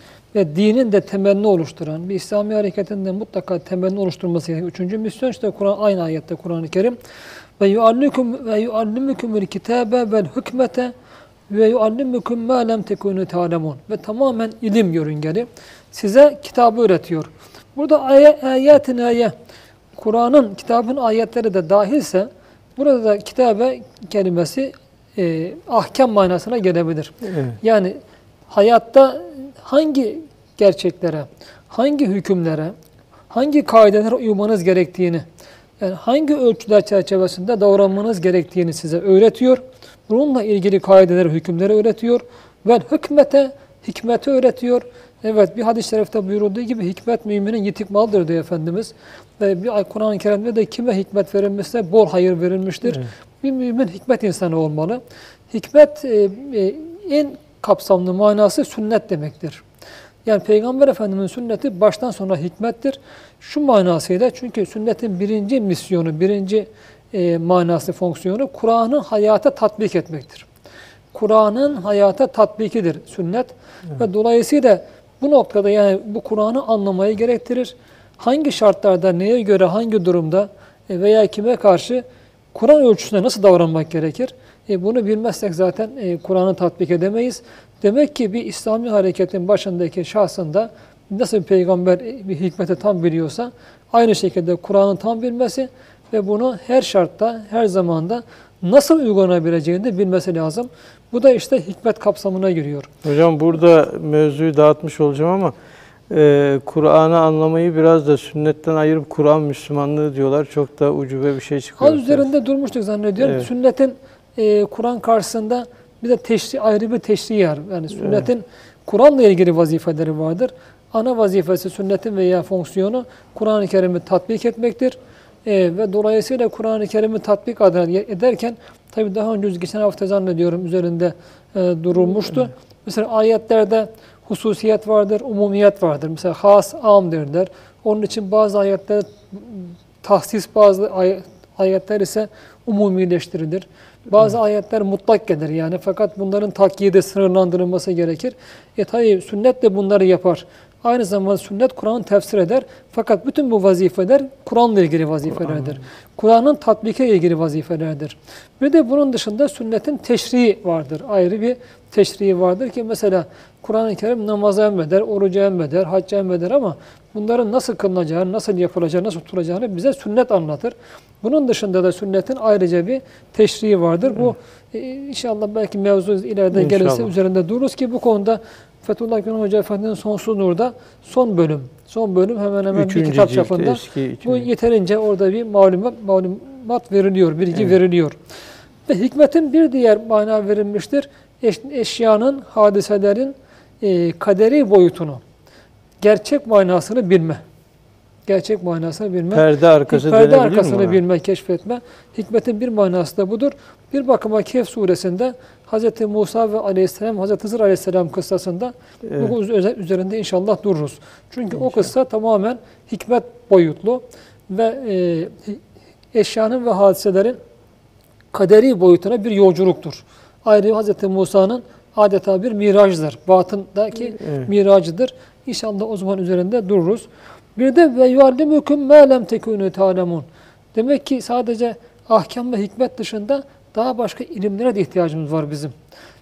ve dinin de temelini oluşturan, bir İslami hareketin de mutlaka temelini oluşturması gereken üçüncü misyon işte Kur'an, aynı ayette Kur'an-ı Kerim ve yuallimukum ve yuallimukumul kitabe vel hükmete ve yuallimukum ma lem tekunu ta'lemun ve tamamen ilim yörüngeli size kitabı öğretiyor. Burada ayet ayetin ayet Kur'an'ın kitabın ayetleri de dahilse burada da kitabe kelimesi e, ahkam manasına gelebilir. Evet. Yani hayatta hangi gerçeklere, hangi hükümlere, hangi kaidelere uymanız gerektiğini, yani hangi ölçüler çerçevesinde davranmanız gerektiğini size öğretiyor. Bununla ilgili kaideleri, hükümleri öğretiyor. Ve hükmete, hikmeti öğretiyor. Evet, bir hadis-i şerifte buyurulduğu gibi hikmet müminin yitik malıdır diyor Efendimiz. Ve bir Kur'an-ı Kerim'de de kime hikmet verilmişse bol hayır verilmiştir. Evet. Bir mümin hikmet insanı olmalı. Hikmet e, e, en kapsamlı manası sünnet demektir. Yani Peygamber Efendimiz'in sünneti baştan sona hikmettir. Şu manasıyla çünkü sünnetin birinci misyonu, birinci e, manası, fonksiyonu Kur'an'ı hayata tatbik etmektir. Kur'an'ın hayata tatbikidir sünnet. Evet. Ve dolayısıyla bu noktada yani bu Kur'an'ı anlamayı gerektirir. Hangi şartlarda, neye göre, hangi durumda veya kime karşı Kur'an ölçüsünde nasıl davranmak gerekir? E bunu bilmezsek zaten e, Kur'an'ı tatbik edemeyiz. Demek ki bir İslami hareketin başındaki şahsında nasıl bir peygamber bir hikmeti tam biliyorsa aynı şekilde Kur'an'ı tam bilmesi ve bunu her şartta, her zamanda nasıl uygulanabileceğini de bilmesi lazım. Bu da işte hikmet kapsamına giriyor. Hocam burada mevzuyu dağıtmış olacağım ama e, Kur'an'ı anlamayı biraz da sünnetten ayırıp Kur'an Müslümanlığı diyorlar. Çok da ucube bir şey çıkıyor. Az üzerinde durmuştuk zannediyorum. Evet. Sünnetin e, Kur'an karşısında bir de teşri, ayrı bir teşri var. Yani sünnetin evet. Kur'an'la ilgili vazifeleri vardır. Ana vazifesi sünnetin veya fonksiyonu Kur'an-ı Kerim'i tatbik etmektir. E, ve dolayısıyla Kur'an-ı Kerim'i tatbik ederken tabi daha önce geçen hafta zannediyorum üzerinde e, durulmuştu. Evet. Mesela ayetlerde hususiyet vardır, umumiyet vardır. Mesela has, am derler. Onun için bazı ayetler tahsis, bazı ay ayetler ise umumileştirilir. Bazı evet. ayetler mutlak gelir yani fakat bunların takyidi sınırlandırılması gerekir. E tabi sünnet de bunları yapar. Aynı zamanda sünnet Kur'an'ı tefsir eder. Fakat bütün bu vazifeler Kur'an'la ilgili vazifelerdir. Kur'an'ın tatbikiyle ilgili vazifelerdir. Bir de bunun dışında sünnetin teşrii vardır. Ayrı bir teşrii vardır ki mesela Kur'an-ı Kerim namaza emreder, oruca emreder, hacca emreder ama bunların nasıl kılınacağını, nasıl yapılacağını, nasıl tutulacağını bize sünnet anlatır. Bunun dışında da sünnetin ayrıca bir teşrii vardır. Bu e, inşallah belki mevzu ileride gelirse üzerinde dururuz ki bu konuda Fethullah Gülen Hoca Efendi'nin Sonsuz Nur'da son bölüm, son bölüm hemen hemen Üçüncü bir kitap cilt, çapında. Eski, bu yeterince orada bir malumat, malumat veriliyor, bilgi evet. veriliyor. Ve hikmetin bir diğer mana verilmiştir. Eş, eşyanın, hadiselerin e, kaderi boyutunu, gerçek manasını bilme. Gerçek manasını bilme. Perde arkası Perde arkasını bilme, keşfetme. Hikmetin bir manası da budur. Bir bakıma Kehf suresinde Hz. Musa ve Aleyhisselam, Hz. Hızır Aleyhisselam kıssasında evet. bu üzerinde inşallah dururuz. Çünkü inşallah. o kıssa tamamen hikmet boyutlu ve e, eşyanın ve hadiselerin kaderi boyutuna bir yolculuktur. Ayrıca Hz. Musa'nın adeta bir mirajdır. Batındaki evet. miracıdır. İnşallah o zaman üzerinde dururuz. Bir de ve yuallimukum ma lem tekunu ta'lemun. Demek ki sadece ahkam ve hikmet dışında daha başka ilimlere de ihtiyacımız var bizim.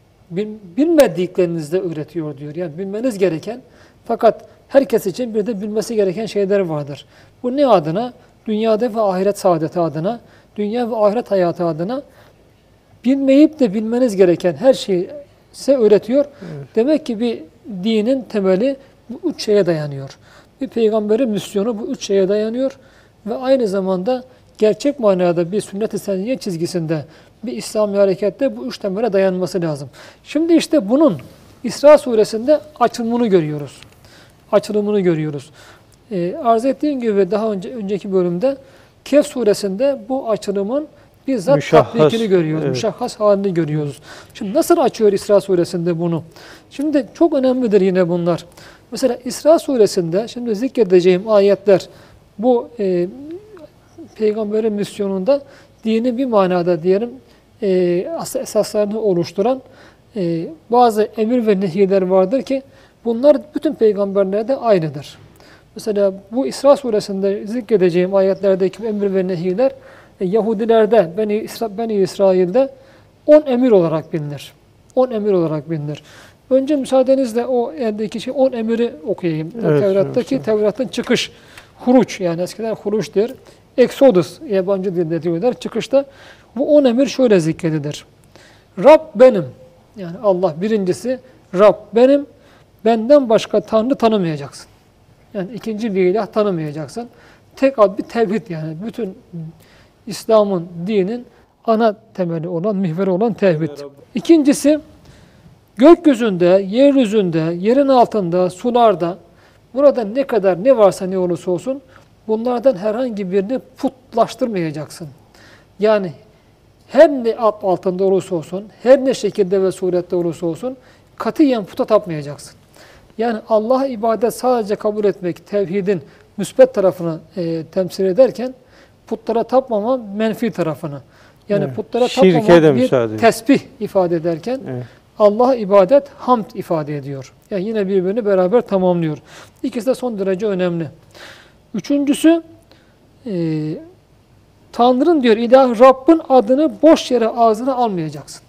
Bilmediklerinizi de öğretiyor diyor. Yani bilmeniz gereken fakat herkes için bir de bilmesi gereken şeyler vardır. Bu ne adına? Dünyada ve ahiret saadeti adına, dünya ve ahiret hayatı adına bilmeyip de bilmeniz gereken her şeyi size öğretiyor. Evet. Demek ki bir dinin temeli bu üç şeye dayanıyor. Bir peygamberin misyonu bu üç şeye dayanıyor ve aynı zamanda gerçek manada bir sünnet-i seniyye çizgisinde bir İslami harekette bu üç temele dayanması lazım. Şimdi işte bunun İsra suresinde açılımını görüyoruz. Açılımını görüyoruz. Ee, arz ettiğim gibi daha önce önceki bölümde Kehf suresinde bu açılımın bizzat Müşahhas, tatbikini görüyoruz. Evet. Müşahhas halini görüyoruz. Şimdi nasıl açıyor İsra suresinde bunu? Şimdi çok önemlidir yine bunlar. Mesela İsra suresinde şimdi zikredeceğim ayetler bu e, peygamberin misyonunda dini bir manada diyelim e, esaslarını oluşturan e, bazı emir ve nehiler vardır ki bunlar bütün peygamberlerde aynıdır. Mesela bu İsra suresinde zikredeceğim ayetlerdeki emir ve nehiler e, Yahudilerde, Beni, İsra, Beni İsrail'de on emir olarak bilinir. on emir olarak bilinir. Önce müsaadenizle o eldeki şey on emiri okuyayım. Evet, Tevrat'taki evet. Tevrat'ın çıkış, huruç yani eskiden huruç der. Exodus yabancı dilde diyorlar. Çıkışta bu on emir şöyle zikredilir. Rab benim. Yani Allah birincisi Rab benim. Benden başka Tanrı tanımayacaksın. Yani ikinci bir ilah tanımayacaksın. Tek ad bir tevhid yani. Bütün İslam'ın, dinin ana temeli olan, mihveri olan tevhid. İkincisi gökyüzünde, yeryüzünde, yerin altında, sularda burada ne kadar ne varsa ne olursa olsun bunlardan herhangi birini putlaştırmayacaksın. Yani her ne altında olursa olsun, her ne şekilde ve surette olursa olsun katiyen puta tapmayacaksın. Yani Allah'a ibadet sadece kabul etmek, tevhidin müsbet tarafını e, temsil ederken putlara tapmama menfi tarafını. Yani evet. putlara tapmama bir tesbih ifade ederken evet. Allah'a ibadet hamd ifade ediyor. Yani yine birbirini beraber tamamlıyor. İkisi de son derece önemli. Üçüncüsü e, Tanrı'nın diyor ilah Rabbin adını boş yere ağzına almayacaksın.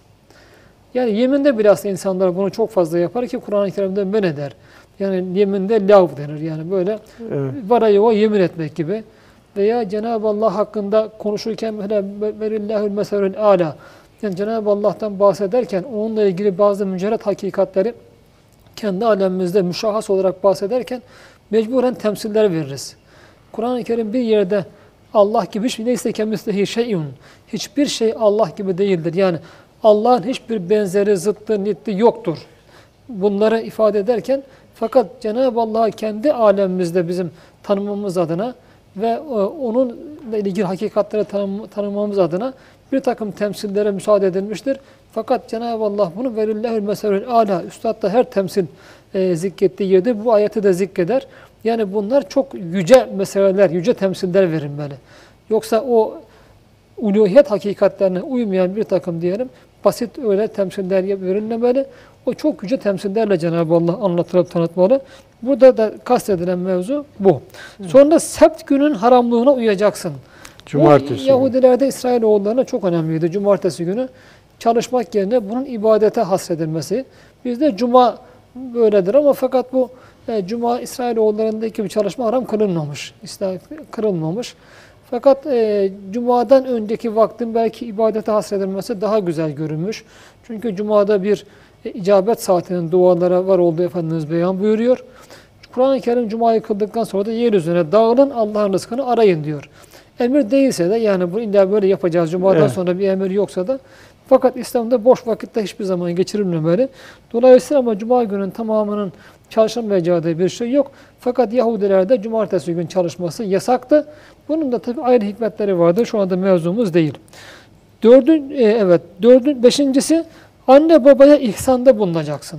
Yani yeminde bile aslında insanlar bunu çok fazla yapar ki Kur'an-ı Kerim'de men eder. Yani yeminde lav denir. Yani böyle evet. vara yuva yemin etmek gibi. Veya Cenab-ı Allah hakkında konuşurken velillahül meselül âlâ. Yani Cenab-ı Allah'tan bahsederken onunla ilgili bazı mücerret hakikatleri kendi alemimizde müşahhas olarak bahsederken mecburen temsiller veririz. Kur'an-ı Kerim bir yerde Allah gibi hiçbir neyse kemislihi şey'un. Hiçbir şey Allah gibi değildir. Yani Allah'ın hiçbir benzeri, zıttı, nitti yoktur. Bunları ifade ederken fakat Cenab-ı Allah'ı kendi alemimizde bizim tanımamız adına ve onunla ilgili hakikatleri tanım, tanımamız adına bir takım temsillere müsaade edilmiştir. Fakat Cenab-ı Allah bunu velillahül meselül âlâ. Üstad da her temsil e, zikrettiği yerde bu ayeti de zikreder. Yani bunlar çok yüce meseleler, yüce temsiller verilmeli. Yoksa o uluhiyet hakikatlerine uymayan bir takım diyelim, basit öyle temsiller verilmemeli. O çok yüce temsillerle Cenab-ı Allah anlatılıp tanıtmalı. Burada da kastedilen mevzu bu. Sonra sebt günün haramlığına uyacaksın. Cumartesi. Bu Yahudilerde İsrailoğullarına çok önemliydi. Cumartesi günü çalışmak yerine bunun ibadete hasredilmesi. Bizde cuma böyledir ama fakat bu e, cuma İsrailoğullarındaki bir çalışma haram kılınmamış. kırılmamış. Fakat e, cumadan önceki vaktin belki ibadete hasredilmesi daha güzel görünmüş. Çünkü cumada bir e, icabet saatinin dualara var olduğu Efendimiz beyan buyuruyor. Kur'an-ı Kerim cumayı kıldıktan sonra da yeryüzüne dağılın Allah'ın rızkını arayın diyor. Emir değilse de yani bu illa böyle yapacağız. Cumadan evet. sonra bir emir yoksa da fakat İslam'da boş vakitte hiçbir zaman geçirilmemeli. Dolayısıyla ama cuma günün tamamının çalışılmayacağı da bir şey yok. Fakat Yahudilerde cumartesi gün çalışması yasaktı. Bunun da tabii ayrı hikmetleri vardır. Şu anda mevzumuz değil. Dördün, e, evet, dördün, beşincisi anne babaya ihsanda bulunacaksın.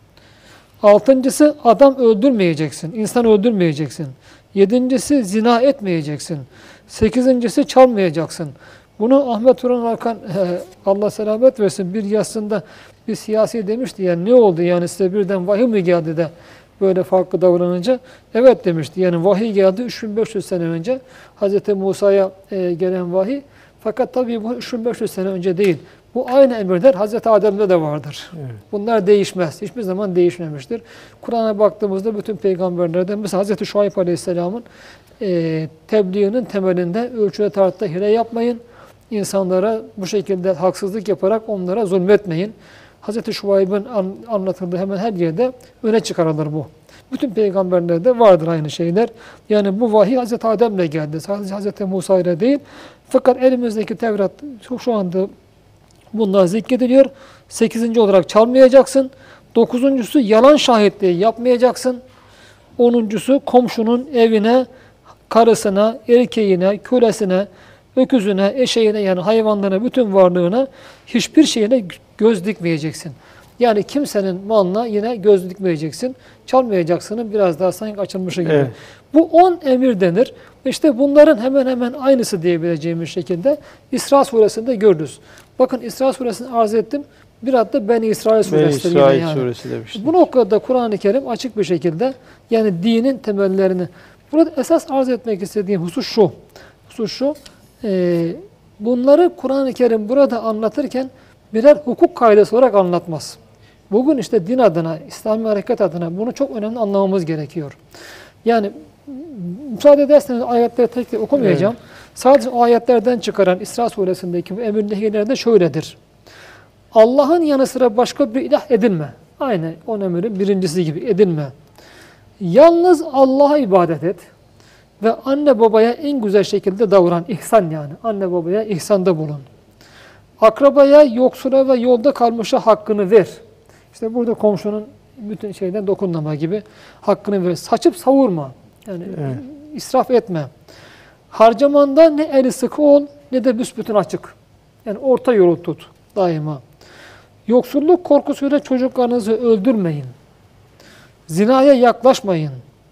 Altıncısı adam öldürmeyeceksin, insan öldürmeyeceksin. Yedincisi zina etmeyeceksin. Sekizincisi çalmayacaksın. Bunu Ahmet Turan Hakan, Allah selamet versin, bir yazısında bir siyasi demişti. Yani ne oldu yani size birden vahiy mi geldi de böyle farklı davranınca? Evet demişti. Yani vahiy geldi üç bin beş yüz sene önce. Hazreti Musa'ya e, gelen vahiy. Fakat tabii bu üç bin beş yüz sene önce değil. Bu aynı emirler Hazreti Adem'de de vardır. Evet. Bunlar değişmez. Hiçbir zaman değişmemiştir. Kur'an'a baktığımızda bütün peygamberlerden mesela Hazreti Şuayb Aleyhisselam'ın e, tebliğinin temelinde ölçüde tartıda hile yapmayın. İnsanlara bu şekilde haksızlık yaparak onlara zulmetmeyin. Hazreti Şuayb'ın an, anlatıldığı hemen her yerde öne çıkarılır bu. Bütün peygamberlerde vardır aynı şeyler. Yani bu vahiy Hazreti Adem'le geldi. Sadece Hazreti Musa ile değil. Fakat elimizdeki Tevrat şu anda bunlar zikrediliyor. Sekizinci olarak çalmayacaksın. Dokuzuncusu yalan şahitliği yapmayacaksın. Onuncusu komşunun evine, karısına, erkeğine, kölesine, öküzüne, eşeğine yani hayvanlarına, bütün varlığına hiçbir şeyine göz dikmeyeceksin. Yani kimsenin malına yine göz dikmeyeceksin, çalmayacaksının biraz daha sanki açılmışı gibi. Evet. Bu on emir denir. İşte bunların hemen hemen aynısı diyebileceğimiz şekilde İsra suresinde görürüz. Bakın İsra suresini arz ettim. Bir adı Beni İsrail suresidir Beni İsrail yine yani. suresi demiştim. Bu noktada Kur'an-ı Kerim açık bir şekilde yani dinin temellerini. Burada esas arz etmek istediğim husus şu. Husus şu. E, bunları Kur'an-ı Kerim burada anlatırken birer hukuk kaidesi olarak anlatmaz. Bugün işte din adına, İslami hareket adına bunu çok önemli anlamamız gerekiyor. Yani müsaade ederseniz ayetleri tek tek okumayacağım. Evet. Sadece o ayetlerden çıkaran İsra suresindeki bu emir nehirler de şöyledir. Allah'ın yanı sıra başka bir ilah edinme. Aynı on emirin birincisi gibi edinme. Yalnız Allah'a ibadet et. Ve anne babaya en güzel şekilde davran. İhsan yani. Anne babaya ihsanda bulun. Akrabaya, yoksula ve yolda kalmışa hakkını ver. İşte burada komşunun bütün şeyden dokunmama gibi hakkını ver. Saçıp savurma. Yani evet. israf etme. Harcamanda ne eli sıkı ol ne de büsbütün açık. Yani orta yolu tut daima. Yoksulluk korkusuyla çocuklarınızı öldürmeyin. Zinaya yaklaşmayın.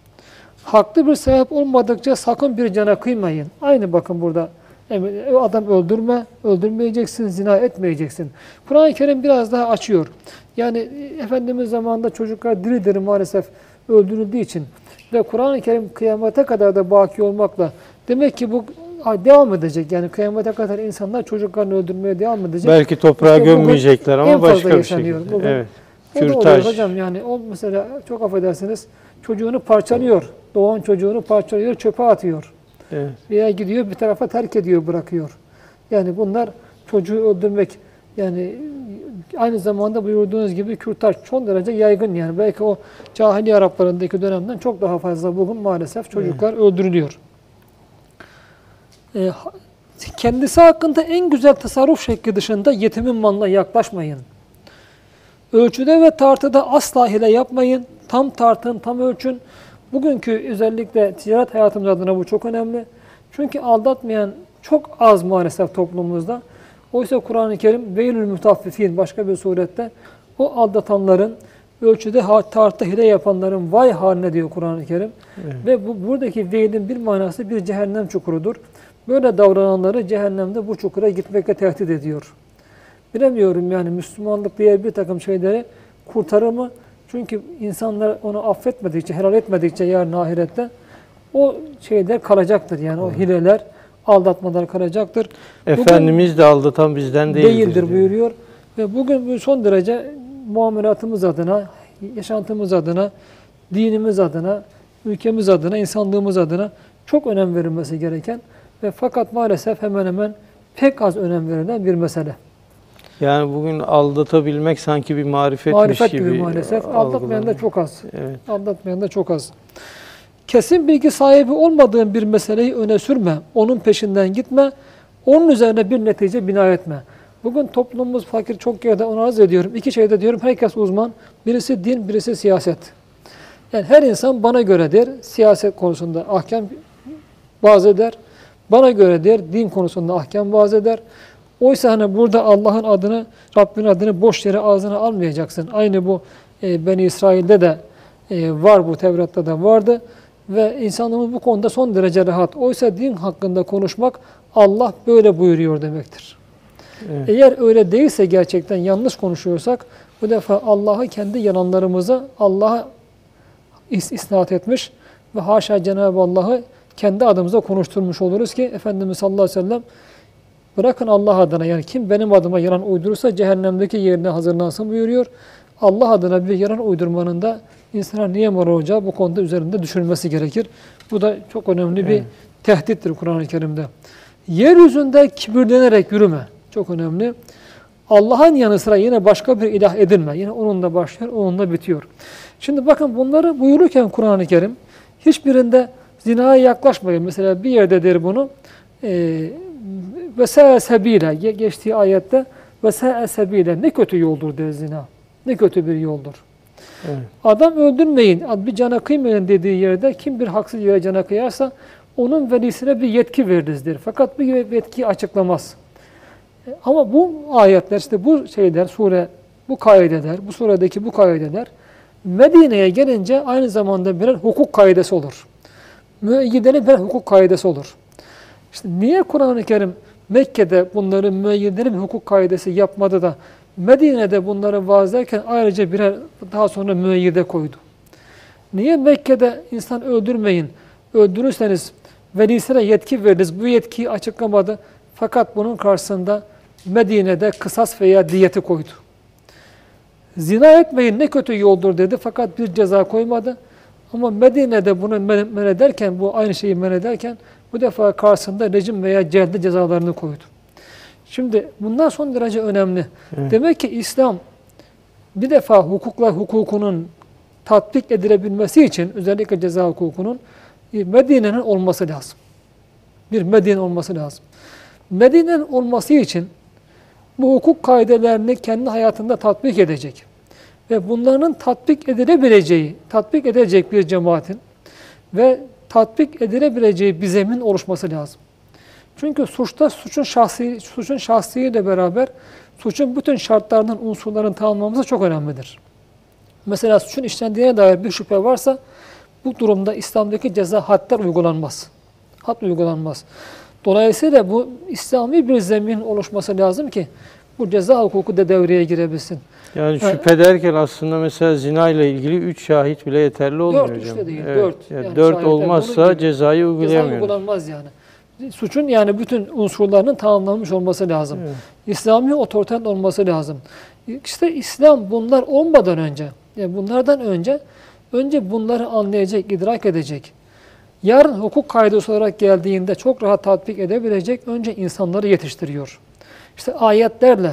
Haklı bir sebep olmadıkça sakın bir cana kıymayın. Aynı bakın burada. Adam öldürme, öldürmeyeceksin, zina etmeyeceksin. Kur'an-ı Kerim biraz daha açıyor. Yani Efendimiz zamanında çocuklar diri diri maalesef öldürüldüğü için ve Kur'an-ı Kerim kıyamete kadar da baki olmakla demek ki bu devam edecek. Yani kıyamete kadar insanlar çocuklarını öldürmeye devam edecek. Belki toprağa işte gömmeyecekler ama başka bir şekilde. Evet. Kürtaj. Hocam yani o mesela çok affedersiniz çocuğunu parçalıyor. Doğan çocuğunu parçalıyor, çöpe atıyor. Evet. Veya gidiyor bir tarafa terk ediyor, bırakıyor. Yani bunlar çocuğu öldürmek. Yani aynı zamanda buyurduğunuz gibi kürtaj çok derece yaygın yani. Belki o cahiliye Araplarındaki dönemden çok daha fazla bugün maalesef çocuklar evet. öldürülüyor. Ee, kendisi hakkında en güzel tasarruf şekli dışında yetimin malına yaklaşmayın. Ölçüde ve tartıda asla hile yapmayın. Tam tartın, tam ölçün. Bugünkü özellikle ticaret hayatımız adına bu çok önemli. Çünkü aldatmayan çok az maalesef toplumumuzda. Oysa Kur'an-ı Kerim veylül mutaffifin başka bir surette o aldatanların, ölçüde tartıda hile yapanların vay haline diyor Kur'an-ı Kerim. Evet. Ve bu buradaki veylin bir manası bir cehennem çukurudur. Böyle davrananları cehennemde bu çukura gitmekle tehdit ediyor. Bilemiyorum yani Müslümanlık diye bir takım şeyleri kurtarır mı? Çünkü insanlar onu affetmedikçe, helal etmedikçe yarın ahirette o şeyler kalacaktır. Yani o hileler, aldatmalar kalacaktır. Efendimiz bugün de aldatan bizden değildir, değildir buyuruyor. Ve bugün son derece muamelatımız adına, yaşantımız adına, dinimiz adına, ülkemiz adına, insanlığımız adına çok önem verilmesi gereken ve fakat maalesef hemen hemen pek az önem verilen bir mesele. Yani bugün aldatabilmek sanki bir marifetmiş Marifet gibi. gibi maalesef. Aldatmayan da çok az. Evet. Aldatmayan da çok az. Kesin bilgi sahibi olmadığın bir meseleyi öne sürme. Onun peşinden gitme. Onun üzerine bir netice bina etme. Bugün toplumumuz fakir çok yerde onu arz ediyorum. İki şeyde diyorum herkes uzman. Birisi din, birisi siyaset. Yani her insan bana göre der, siyaset konusunda ahkam vaaz eder. Bana göre der, din konusunda ahkam vaaz eder. Oysa hani burada Allah'ın adını, Rabbin adını boş yere ağzına almayacaksın. Aynı bu e, Beni İsrail'de de e, var, bu Tevrat'ta da vardı. Ve insanlığımız bu konuda son derece rahat. Oysa din hakkında konuşmak Allah böyle buyuruyor demektir. Evet. Eğer öyle değilse gerçekten yanlış konuşuyorsak bu defa Allah'ı kendi yalanlarımızı Allah'a is isnat etmiş ve haşa Cenab-ı Allah'ı kendi adımıza konuşturmuş oluruz ki Efendimiz sallallahu aleyhi ve sellem bırakın Allah adına yani kim benim adıma yalan uydurursa cehennemdeki yerine hazırlansın buyuruyor. Allah adına bir yalan uydurmanın da insana niye mal olacağı bu konuda üzerinde düşünülmesi gerekir. Bu da çok önemli bir evet. tehdittir Kur'an-ı Kerim'de. Yeryüzünde kibirlenerek yürüme. Çok önemli. Allah'ın yanı sıra yine başka bir ilah edinme. Yine onunla başlıyor, onunla bitiyor. Şimdi bakın bunları buyururken Kur'an-ı Kerim hiçbirinde zinaya yaklaşmayın. Mesela bir yerde der bunu. Eee Ve se'e sebile geçtiği ayette ve se'e sebile ne kötü yoldur der zina. Ne kötü bir yoldur. Evet. Adam öldürmeyin, bir cana kıymayın dediği yerde kim bir haksız yere cana kıyarsa onun velisine bir yetki veririz der. Fakat bir yetkiyi açıklamaz. Ama bu ayetler işte bu şeyler sure bu kaideler, bu suredeki bu kaideler Medine'ye gelince aynı zamanda birer hukuk kaidesi olur. Müeyyidenin birer hukuk kaidesi olur. İşte niye Kur'an-ı Kerim Mekke'de bunları müeyyidenin bir hukuk kaidesi yapmadı da Medine'de bunları vaaz ederken ayrıca birer daha sonra müeyyide koydu? Niye Mekke'de insan öldürmeyin, öldürürseniz velisine yetki veririz, bu yetkiyi açıklamadı fakat bunun karşısında Medine'de kısas veya diyeti koydu? Zina etmeyin ne kötü yoldur dedi fakat bir ceza koymadı. Ama Medine'de bunu men ederken, bu aynı şeyi men ederken bu defa karşısında rejim veya celdi cezalarını koydu. Şimdi bunlar son derece önemli. Evet. Demek ki İslam bir defa hukuklar hukukunun tatbik edilebilmesi için özellikle ceza hukukunun Medine'nin olması lazım. Bir Medine olması lazım. Medine'nin olması için bu hukuk kaidelerini kendi hayatında tatbik edecek ve bunların tatbik edilebileceği, tatbik edecek bir cemaatin ve tatbik edilebileceği bir zemin oluşması lazım. Çünkü suçta suçun şahsi suçun şahsiyetiyle beraber suçun bütün şartlarının, unsurlarının tamamlaması çok önemlidir. Mesela suçun işlendiğine dair bir şüphe varsa bu durumda İslam'daki ceza hadler uygulanmaz. Had uygulanmaz. Dolayısıyla bu İslami bir zemin oluşması lazım ki bu ceza hukuku da devreye girebilsin. Yani şüphe derken aslında mesela zina ile ilgili üç şahit bile yeterli olmuyor dört, hocam. Dört değil, evet. dört. Yani yani dört olmazsa cezayı uygulayamıyoruz. Ceza uygulanmaz yani. Suçun yani bütün unsurlarının tamamlanmış olması lazım. Evet. İslami otoritenin olması lazım. İşte İslam bunlar olmadan önce, yani bunlardan önce, önce bunları anlayacak, idrak edecek. Yarın hukuk kaidesi olarak geldiğinde çok rahat tatbik edebilecek, önce insanları yetiştiriyor. İşte ayetlerle,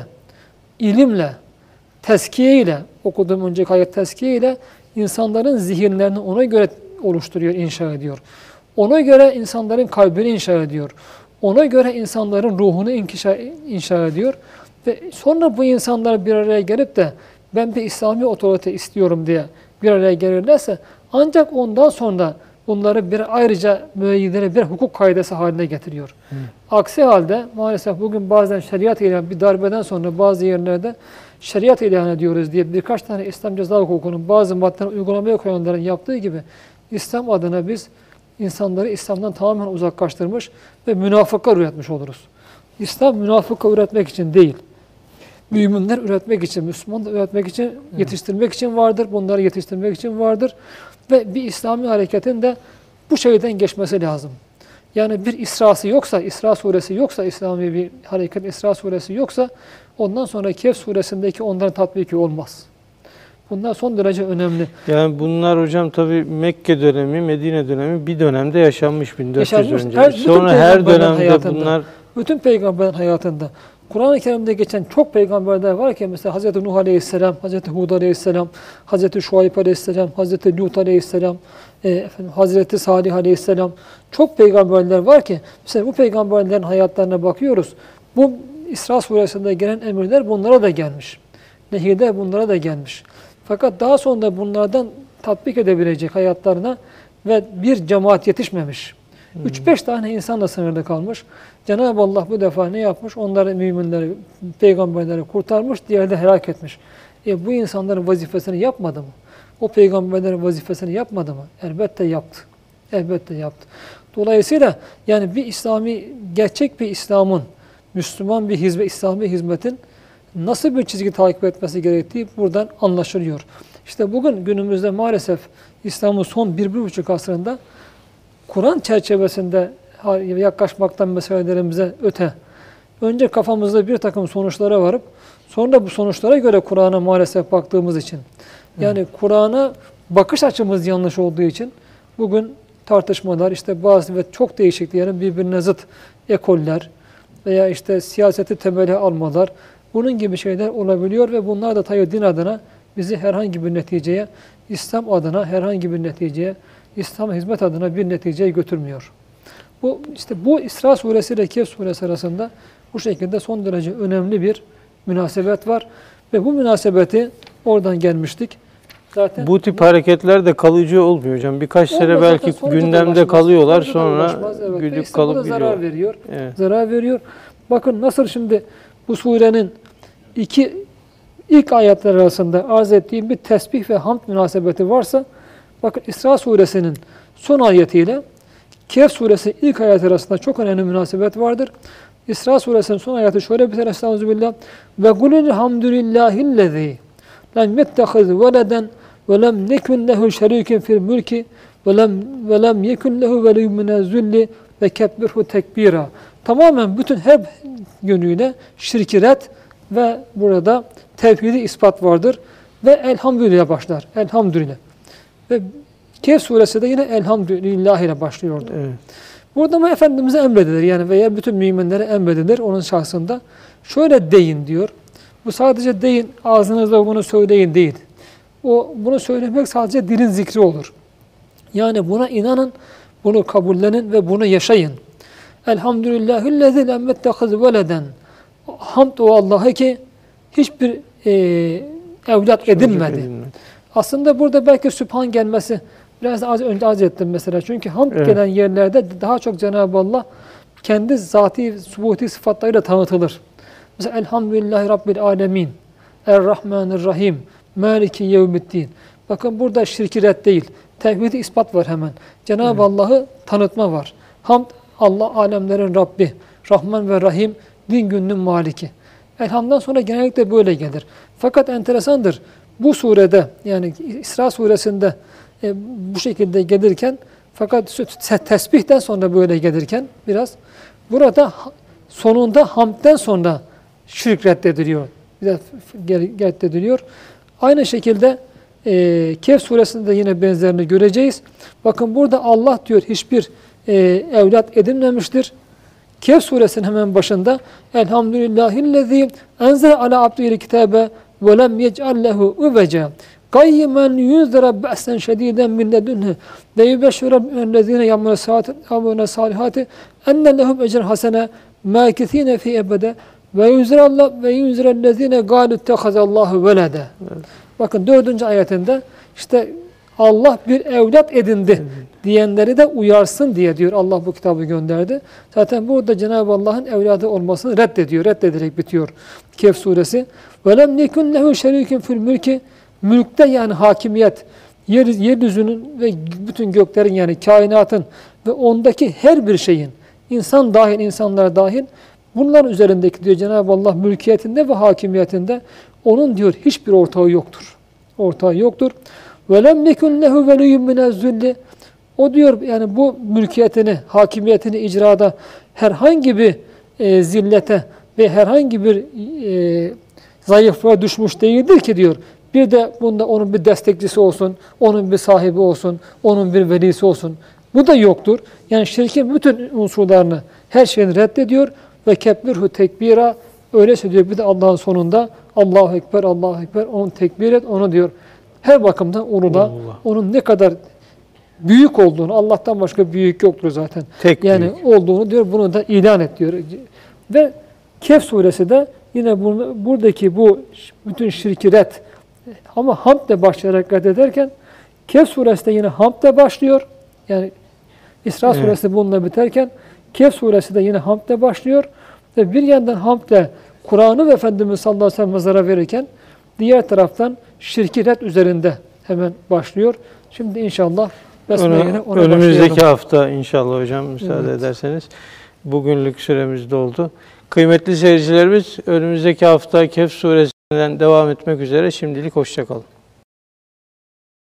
ilimle, tezkiye ile, okuduğum önceki ayet tezkiye ile insanların zihinlerini ona göre oluşturuyor, inşa ediyor. Ona göre insanların kalbini inşa ediyor. Ona göre insanların ruhunu inşa, inşa ediyor. Ve sonra bu insanlar bir araya gelip de ben bir İslami otorite istiyorum diye bir araya gelirlerse ancak ondan sonra bunları bir ayrıca müeyyidine bir hukuk kaidesi haline getiriyor. Hı. Aksi halde maalesef bugün bazen şeriat ilan, bir darbeden sonra bazı yerlerde şeriat ilan ediyoruz diye birkaç tane İslam ceza hukukunun bazı maddelerini uygulamaya koyanların yaptığı gibi İslam adına biz insanları İslam'dan tamamen uzaklaştırmış ve münafıklar üretmiş oluruz. İslam münafıklar üretmek için değil, müminler üretmek için, Müslümanlar üretmek için, yetiştirmek için vardır, bunları yetiştirmek için vardır. Ve bir İslami hareketin de bu şeyden geçmesi lazım. Yani bir İsra'sı yoksa, İsra suresi yoksa, İslami bir hareket İsra suresi yoksa, ondan sonra Kehf suresindeki onların tatbiki olmaz. Bunlar son derece önemli. Yani bunlar hocam tabii Mekke dönemi, Medine dönemi bir dönemde yaşanmış bin dört yüz yaşanmış, önce. her, Sonra her dönemde hayatında, bunlar... Bütün peygamberlerin hayatında. Kur'an-ı Kerim'de geçen çok peygamberler var ki mesela Hazreti Nuh Aleyhisselam, Hazreti Hud Aleyhisselam, Hazreti Şuayb Aleyhisselam, Hazreti Lut Aleyhisselam, e, efendim, Hazreti Salih Aleyhisselam. Çok peygamberler var ki mesela bu peygamberlerin hayatlarına bakıyoruz. Bu İsra suresinde gelen emirler bunlara da gelmiş. Nehirde bunlara da gelmiş. Fakat daha sonra bunlardan tatbik edebilecek hayatlarına ve bir cemaat yetişmemiş. üç beş tane insanla sınırlı kalmış. Cenab-ı Allah bu defa ne yapmış? Onları, müminleri, peygamberleri kurtarmış, diğerleri helak etmiş. E bu insanların vazifesini yapmadı mı? O peygamberlerin vazifesini yapmadı mı? Elbette yaptı. Elbette yaptı. Dolayısıyla yani bir İslami, gerçek bir İslam'ın, Müslüman bir hizmet, İslami hizmetin nasıl bir çizgi takip etmesi gerektiği buradan anlaşılıyor. İşte bugün günümüzde maalesef İslam'ın son bir, bir buçuk asrında Kur'an çerçevesinde yaklaşmaktan meselelerimize öte, önce kafamızda bir takım sonuçlara varıp, sonra bu sonuçlara göre Kur'an'a maalesef baktığımız için, yani Kur'an'a bakış açımız yanlış olduğu için, bugün tartışmalar, işte bazı ve çok değişik diyelim birbirine zıt ekoller veya işte siyaseti temeli almalar, bunun gibi şeyler olabiliyor ve bunlar da tabii din adına bizi herhangi bir neticeye, İslam adına herhangi bir neticeye, İslam hizmet adına bir neticeye götürmüyor. Bu işte bu İsra suresi ile Kehf suresi arasında bu şekilde son derece önemli bir münasebet var ve bu münasebeti oradan gelmiştik. Zaten bu tip bu, hareketler de kalıcı olmuyor hocam. Birkaç sene belki gündemde kalıyorlar, sonra evet. güdük işte kalıp gidiyor. Zarar veriyor. Evet. Zarar veriyor. Bakın nasıl şimdi bu surenin iki ilk ayetler arasında arz ettiğim bir tesbih ve hamd münasebeti varsa, bakın İsra suresinin son ayetiyle Kehf suresinin ilk ayeti arasında çok önemli münasebet vardır. İsra suresinin son ayeti şöyle biter: Estağfirullah. Ve kulil hamdülillahillezî lem yettehiz veleden ve lem nekun lehu şerîkun fil mülki ve lem ve lem yekun lehu veliyyun minez-zulli ve kebbirhu tekbira. Tamamen bütün her yönüyle şirki red ve burada tevhidi ispat vardır ve elhamdülillah başlar. Elhamdülillah. Ve Kehf suresi de yine elhamdülillah ile başlıyordu. Evet. Burada ama Efendimiz'e emredilir yani veya bütün müminlere emredilir onun şahsında. Şöyle deyin diyor. Bu sadece deyin, ağzınızla bunu söyleyin değil. O bunu söylemek sadece dilin zikri olur. Yani buna inanın, bunu kabullenin ve bunu yaşayın. Elhamdülillahillezî lem yettehiz veleden. Hamd o Allah'a ki hiçbir e, evlat edinmedi. edinmedi. Aslında burada belki Sübhan gelmesi, biraz az önce arz ettim mesela. Çünkü hamd evet. gelen yerlerde daha çok Cenab-ı Allah kendi zati, subuti sıfatlarıyla tanıtılır. Mesela Elhamdülillahi Rabbil Alemin, Er-Rahmanir-Rahim, Maliki Yevmiddin. Bakın burada şirki red değil, tevhid-i ispat var hemen. Cenab-ı evet. Allah'ı tanıtma var. Hamd, Allah alemlerin Rabbi, Rahman ve Rahim, din gününün maliki. Elhamdan sonra genellikle böyle gelir. Fakat enteresandır. Bu surede yani İsra suresinde e, bu şekilde gelirken fakat tesbihten sonra böyle gelirken biraz burada sonunda hamdten sonra şirk reddediliyor. Biraz reddediliyor. Aynı şekilde e, Kehf suresinde de yine benzerini göreceğiz. Bakın burada Allah diyor hiçbir e, evlat edinmemiştir. Kehf suresinin hemen başında Elhamdülillahillezî enzele ala abdihil kitabe ve lem yec'al lehu üveca qayyimen yunzira ba'sen şedîden min ledunhu ve yubeşşirellezîne ya'malûne salihâti enne lehum ecren hasene mâkithîne fî ebede ve yunzirallah ve yunzirellezîne gâlu ittehazallâhu velede. Bakın dördüncü ayetinde işte Allah bir evlat edindi evet. diyenleri de uyarsın diye diyor Allah bu kitabı gönderdi. Zaten burada Cenab-ı Allah'ın evladı olmasını reddediyor. Reddederek bitiyor Kehf suresi. وَلَمْ نِكُنْ لَهُ شَرِيكٍ فِي الْمülki Mülkte yani hakimiyet, yer, yeryüzünün ve bütün göklerin yani kainatın ve ondaki her bir şeyin, insan dahil, insanlar dahil, bunların üzerindeki diyor Cenab-ı Allah mülkiyetinde ve hakimiyetinde onun diyor hiçbir ortağı yoktur. Ortağı yoktur. وَلَمْ نِكُنْ لَهُ وَلِيٌّ مِنَ الذُّلِّ O diyor yani bu mülkiyetini, hakimiyetini icrada herhangi bir e, zillete ve herhangi bir e, zayıflığa düşmüş değildir ki diyor. Bir de bunda onun bir destekçisi olsun, onun bir sahibi olsun, onun bir velisi olsun. Bu da yoktur. Yani şirkin bütün unsurlarını, her şeyini reddediyor ve kebbirhu tekbira öyleyse diyor bir de Allah'ın sonunda Allahu Ekber, Allahu Ekber, onu tekbir et, onu diyor. Her bakımdan onu da, onun ne kadar büyük olduğunu, Allah'tan başka büyük yoktur zaten. Tek yani büyük. olduğunu diyor, bunu da ilan et diyor. Ve Kehf suresi de yine bunu, buradaki bu bütün şirki red ama hamdle başlayarak reddederken Kehf suresi de yine hamdle başlıyor. Yani İsra evet. suresi bununla biterken Kehf suresi de yine hamdle başlıyor. Ve bir yandan hamdle Kur'an'ı ve Efendimiz sallallahu aleyhi ve sellem zarar verirken diğer taraftan şirki red üzerinde hemen başlıyor. Şimdi inşallah Besmele'ye ona önümüzdeki başlayalım. hafta inşallah hocam müsaade evet. ederseniz bugünlük süremiz doldu. Kıymetli seyircilerimiz önümüzdeki hafta Kehf suresinden devam etmek üzere. Şimdilik hoşça kalın.